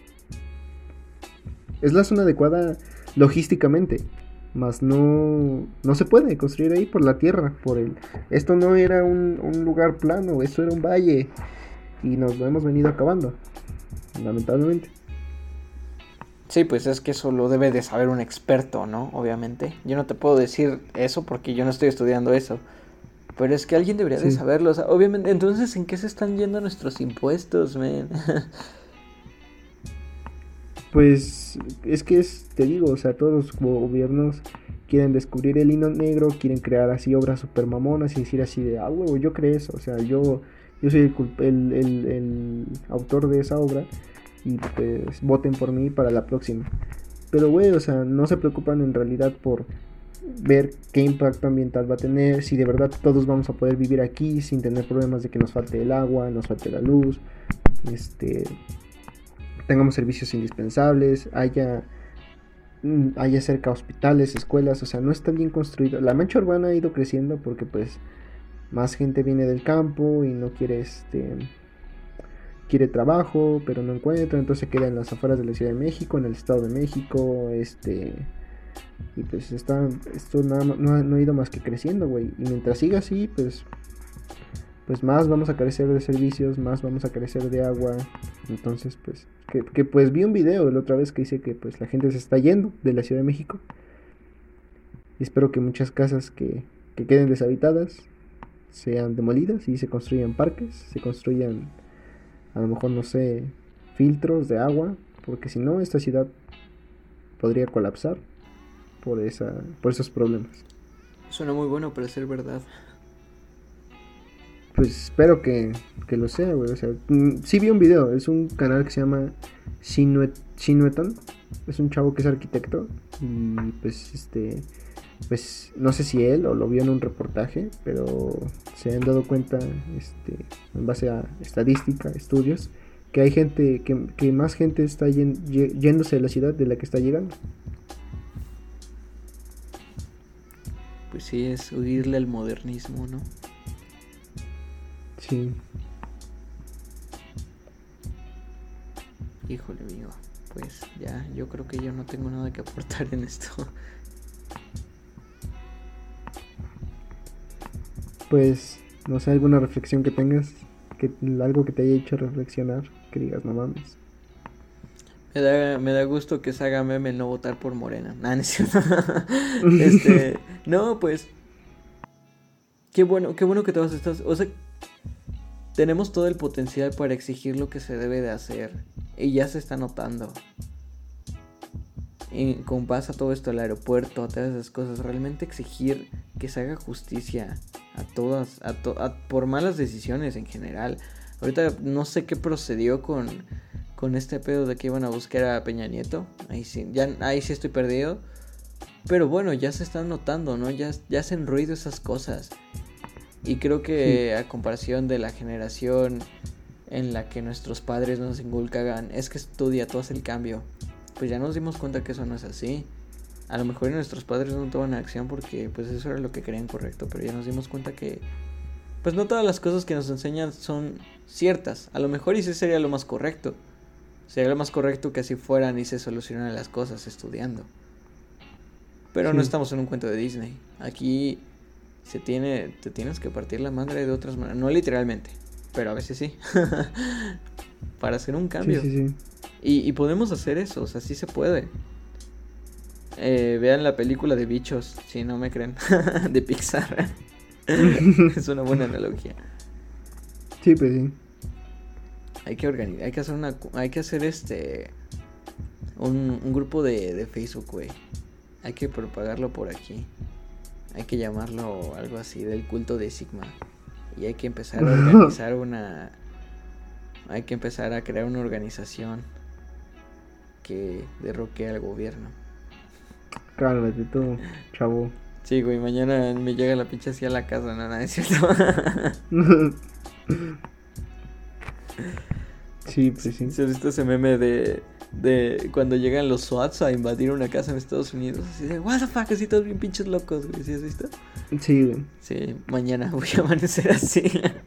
Es la zona adecuada logísticamente. Más no, no se puede construir ahí por la tierra. Por el, esto no era un, un lugar plano, esto era un valle. Y nos lo hemos venido acabando. Lamentablemente. Sí, pues es que eso lo debe de saber un experto, ¿no? Obviamente. Yo no te puedo decir eso porque yo no estoy estudiando eso. Pero es que alguien debería de Sí. saberlo. O sea, obviamente, entonces, ¿en qué se están yendo nuestros impuestos, man? Pues es que es, te digo, o sea, todos los gobiernos quieren descubrir el hilo negro, quieren crear así obras super mamonas y decir así de, ah, huevo, yo creé eso, o sea, yo, yo soy el, culp- el, el, el autor de esa obra y pues voten por mí para la próxima. Pero, güey, o sea, no se preocupan en realidad por ver qué impacto ambiental va a tener, si de verdad todos vamos a poder vivir aquí sin tener problemas de que nos falte el agua, nos falte la luz, este, tengamos servicios indispensables, haya, mm, haya cerca hospitales, escuelas, o sea, no está bien construido. La mancha urbana ha ido creciendo porque pues más gente viene del campo y no quiere este quiere trabajo, pero no encuentra, entonces se queda en las afueras de la Ciudad de México, en el Estado de México, este y pues está esto nada, no, no ha ido más que creciendo, güey, y mientras siga así, pues pues más vamos a carecer de servicios, más vamos a carecer de agua. Entonces, pues, que, que pues vi un video la otra vez que dice que pues la gente se está yendo de la Ciudad de México. Y espero que muchas casas que, que queden deshabitadas sean demolidas y se construyan parques, se construyan a lo mejor, no sé, filtros de agua, porque si no, esta ciudad podría colapsar por, esa, por esos problemas. Suena muy bueno para ser verdad. Pues espero que, que lo sea, güey. O sea, mm, sí vi un video. Es un canal que se llama Sinuet, Sinuetan. Es un chavo que es arquitecto. Y pues, este. Pues no sé si él o lo vio en un reportaje. Pero se han dado cuenta, este, en base a estadística, estudios, que hay gente, que, que más gente está yen, yéndose de la ciudad de la que está llegando. Pues sí, es huirle al modernismo, ¿no? Sí. Híjole, amigo. Pues ya, yo creo que yo no tengo nada que aportar en esto. Pues, no sé, alguna reflexión que tengas, que algo que te haya hecho reflexionar, que digas, no mames. Me da, me da gusto que se haga meme no votar por Morena. Nah, no es cierto. Este, no, pues, qué bueno, qué bueno que todas estas, o sea, tenemos todo el potencial para exigir lo que se debe de hacer y ya se está notando. Y con base a todo esto, el aeropuerto, a todas esas cosas, realmente exigir que se haga justicia a todas, a to- a- por malas decisiones en general. Ahorita no sé qué procedió con, con este pedo de que iban a buscar a Peña Nieto. Ahí sí, ya, ahí sí estoy perdido. Pero bueno, ya se están notando, ¿no? Ya, ya hacen ruido esas cosas. Y creo que sí, a comparación de la generación en la que nuestros padres nos inculcaban, es que estudia, tú haces el cambio. Pues ya nos dimos cuenta que eso no es así. A lo mejor nuestros padres no toman acción porque pues eso era lo que creían correcto, pero ya nos dimos cuenta que pues no todas las cosas que nos enseñan son ciertas. A lo mejor y sí sería lo más correcto. Sería lo más correcto que así fueran y se solucionaran las cosas estudiando. Pero sí, no estamos en un cuento de Disney. Aquí se tiene, te tienes que partir la madre de otras maneras. No literalmente, pero a veces sí. Para hacer un cambio. Sí, sí, sí. Y, y podemos hacer eso, o sea, sí se puede. eh, vean la película de Bichos, si no me creen, de Pixar. Es una buena analogía. Sí, pues sí. Hay que organizar, hay que hacer una, hay que hacer este, un, un grupo de, de Facebook, güey. Hay que propagarlo por aquí. Hay que llamarlo algo así, del culto de Sigma. Y hay que empezar a organizar una, hay que empezar a crear una organización que derroque al gobierno. Cálmate tú, chavo. Sí, güey, mañana me llega la pinche así a la casa, no, no, es cierto. Sí, pues sí. ¿Sí has visto ese meme de, de cuando llegan los SWATs a invadir una casa en Estados Unidos? Así de, what the fuck, así todos bien pinches locos, güey, ¿sí has visto? Sí, güey. Sí, mañana voy a amanecer así.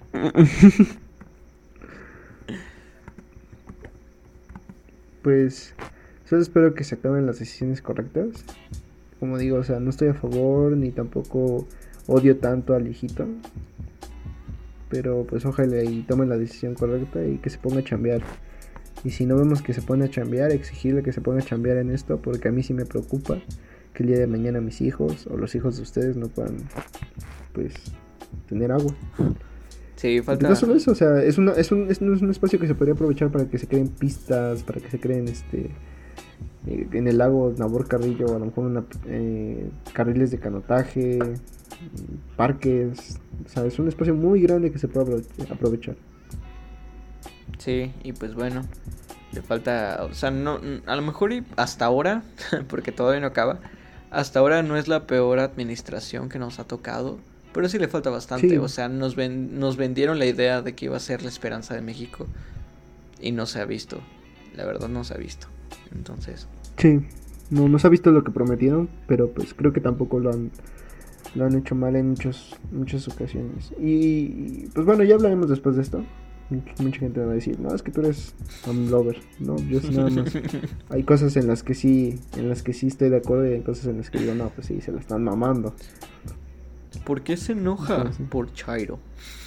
Pues solo espero que se acaben las decisiones correctas. Como digo, o sea, no estoy a favor ni tampoco odio tanto al hijito. Pero pues ojalá y tomen la decisión correcta y que se ponga a chambear. Y si no vemos que se pone a chambear, exigirle que se ponga a chambear en esto, porque a mí sí me preocupa que el día de mañana mis hijos o los hijos de ustedes no puedan, pues, tener agua. Sí, falta... No solo eso, o sea, es, una, es, un, es, un, es un espacio que se podría aprovechar para que se creen pistas, para que se creen, este, eh, en el lago Nabor Carrillo, a lo mejor una, eh, carriles de canotaje, parques, o sea, es un espacio muy grande que se puede aprovechar. Sí, y pues bueno, le falta, o sea, no, a lo mejor y hasta ahora, porque todavía no acaba, hasta ahora no es la peor administración que nos ha tocado, pero sí le falta bastante, sí. O sea, nos, ven, nos vendieron la idea de que iba a ser la esperanza de México y no se ha visto, la verdad no se ha visto, entonces... Sí, no, no se ha visto lo que prometieron, pero pues creo que tampoco lo han... Lo han hecho mal en muchos, muchas ocasiones. Y pues bueno, ya hablaremos después de esto. Mucha gente va a decir, no, es que tú eres un lover. No, yo sí nada más. Hay cosas en las que sí, en las que sí estoy de acuerdo y hay cosas en las que digo, no, pues sí, se la están mamando. ¿Por qué se enoja? Sí, sí. Por Chairo.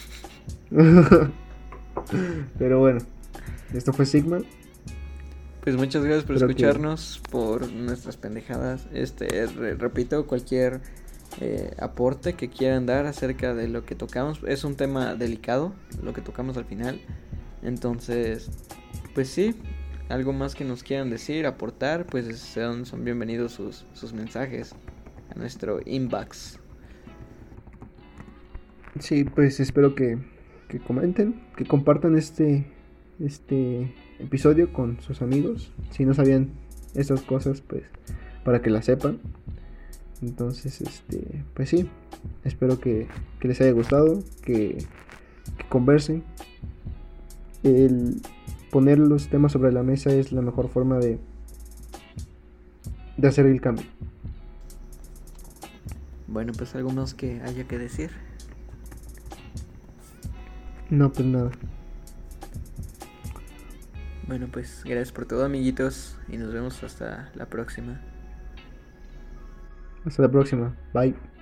Pero bueno, esto fue Sigma. Pues muchas gracias por Espero escucharnos, que... por nuestras pendejadas. Este, re- repito, cualquier eh, aporte que quieran dar acerca de lo que tocamos. Es un tema delicado, lo que tocamos al final. Entonces, pues sí, algo más que nos quieran decir, aportar, pues son, son bienvenidos sus, sus mensajes a nuestro inbox. Sí, pues espero que, que comenten, que compartan este, este episodio con sus amigos. Si no sabían estas cosas, pues para que las sepan. Entonces, este, pues sí, espero que, que les haya gustado, que, que conversen. El poner los temas sobre la mesa es la mejor forma de, de hacer el cambio. Bueno, pues algo más que haya que decir. No, pues nada. Bueno, pues gracias por todo, amiguitos, y nos vemos hasta la próxima. Hasta la próxima. Bye.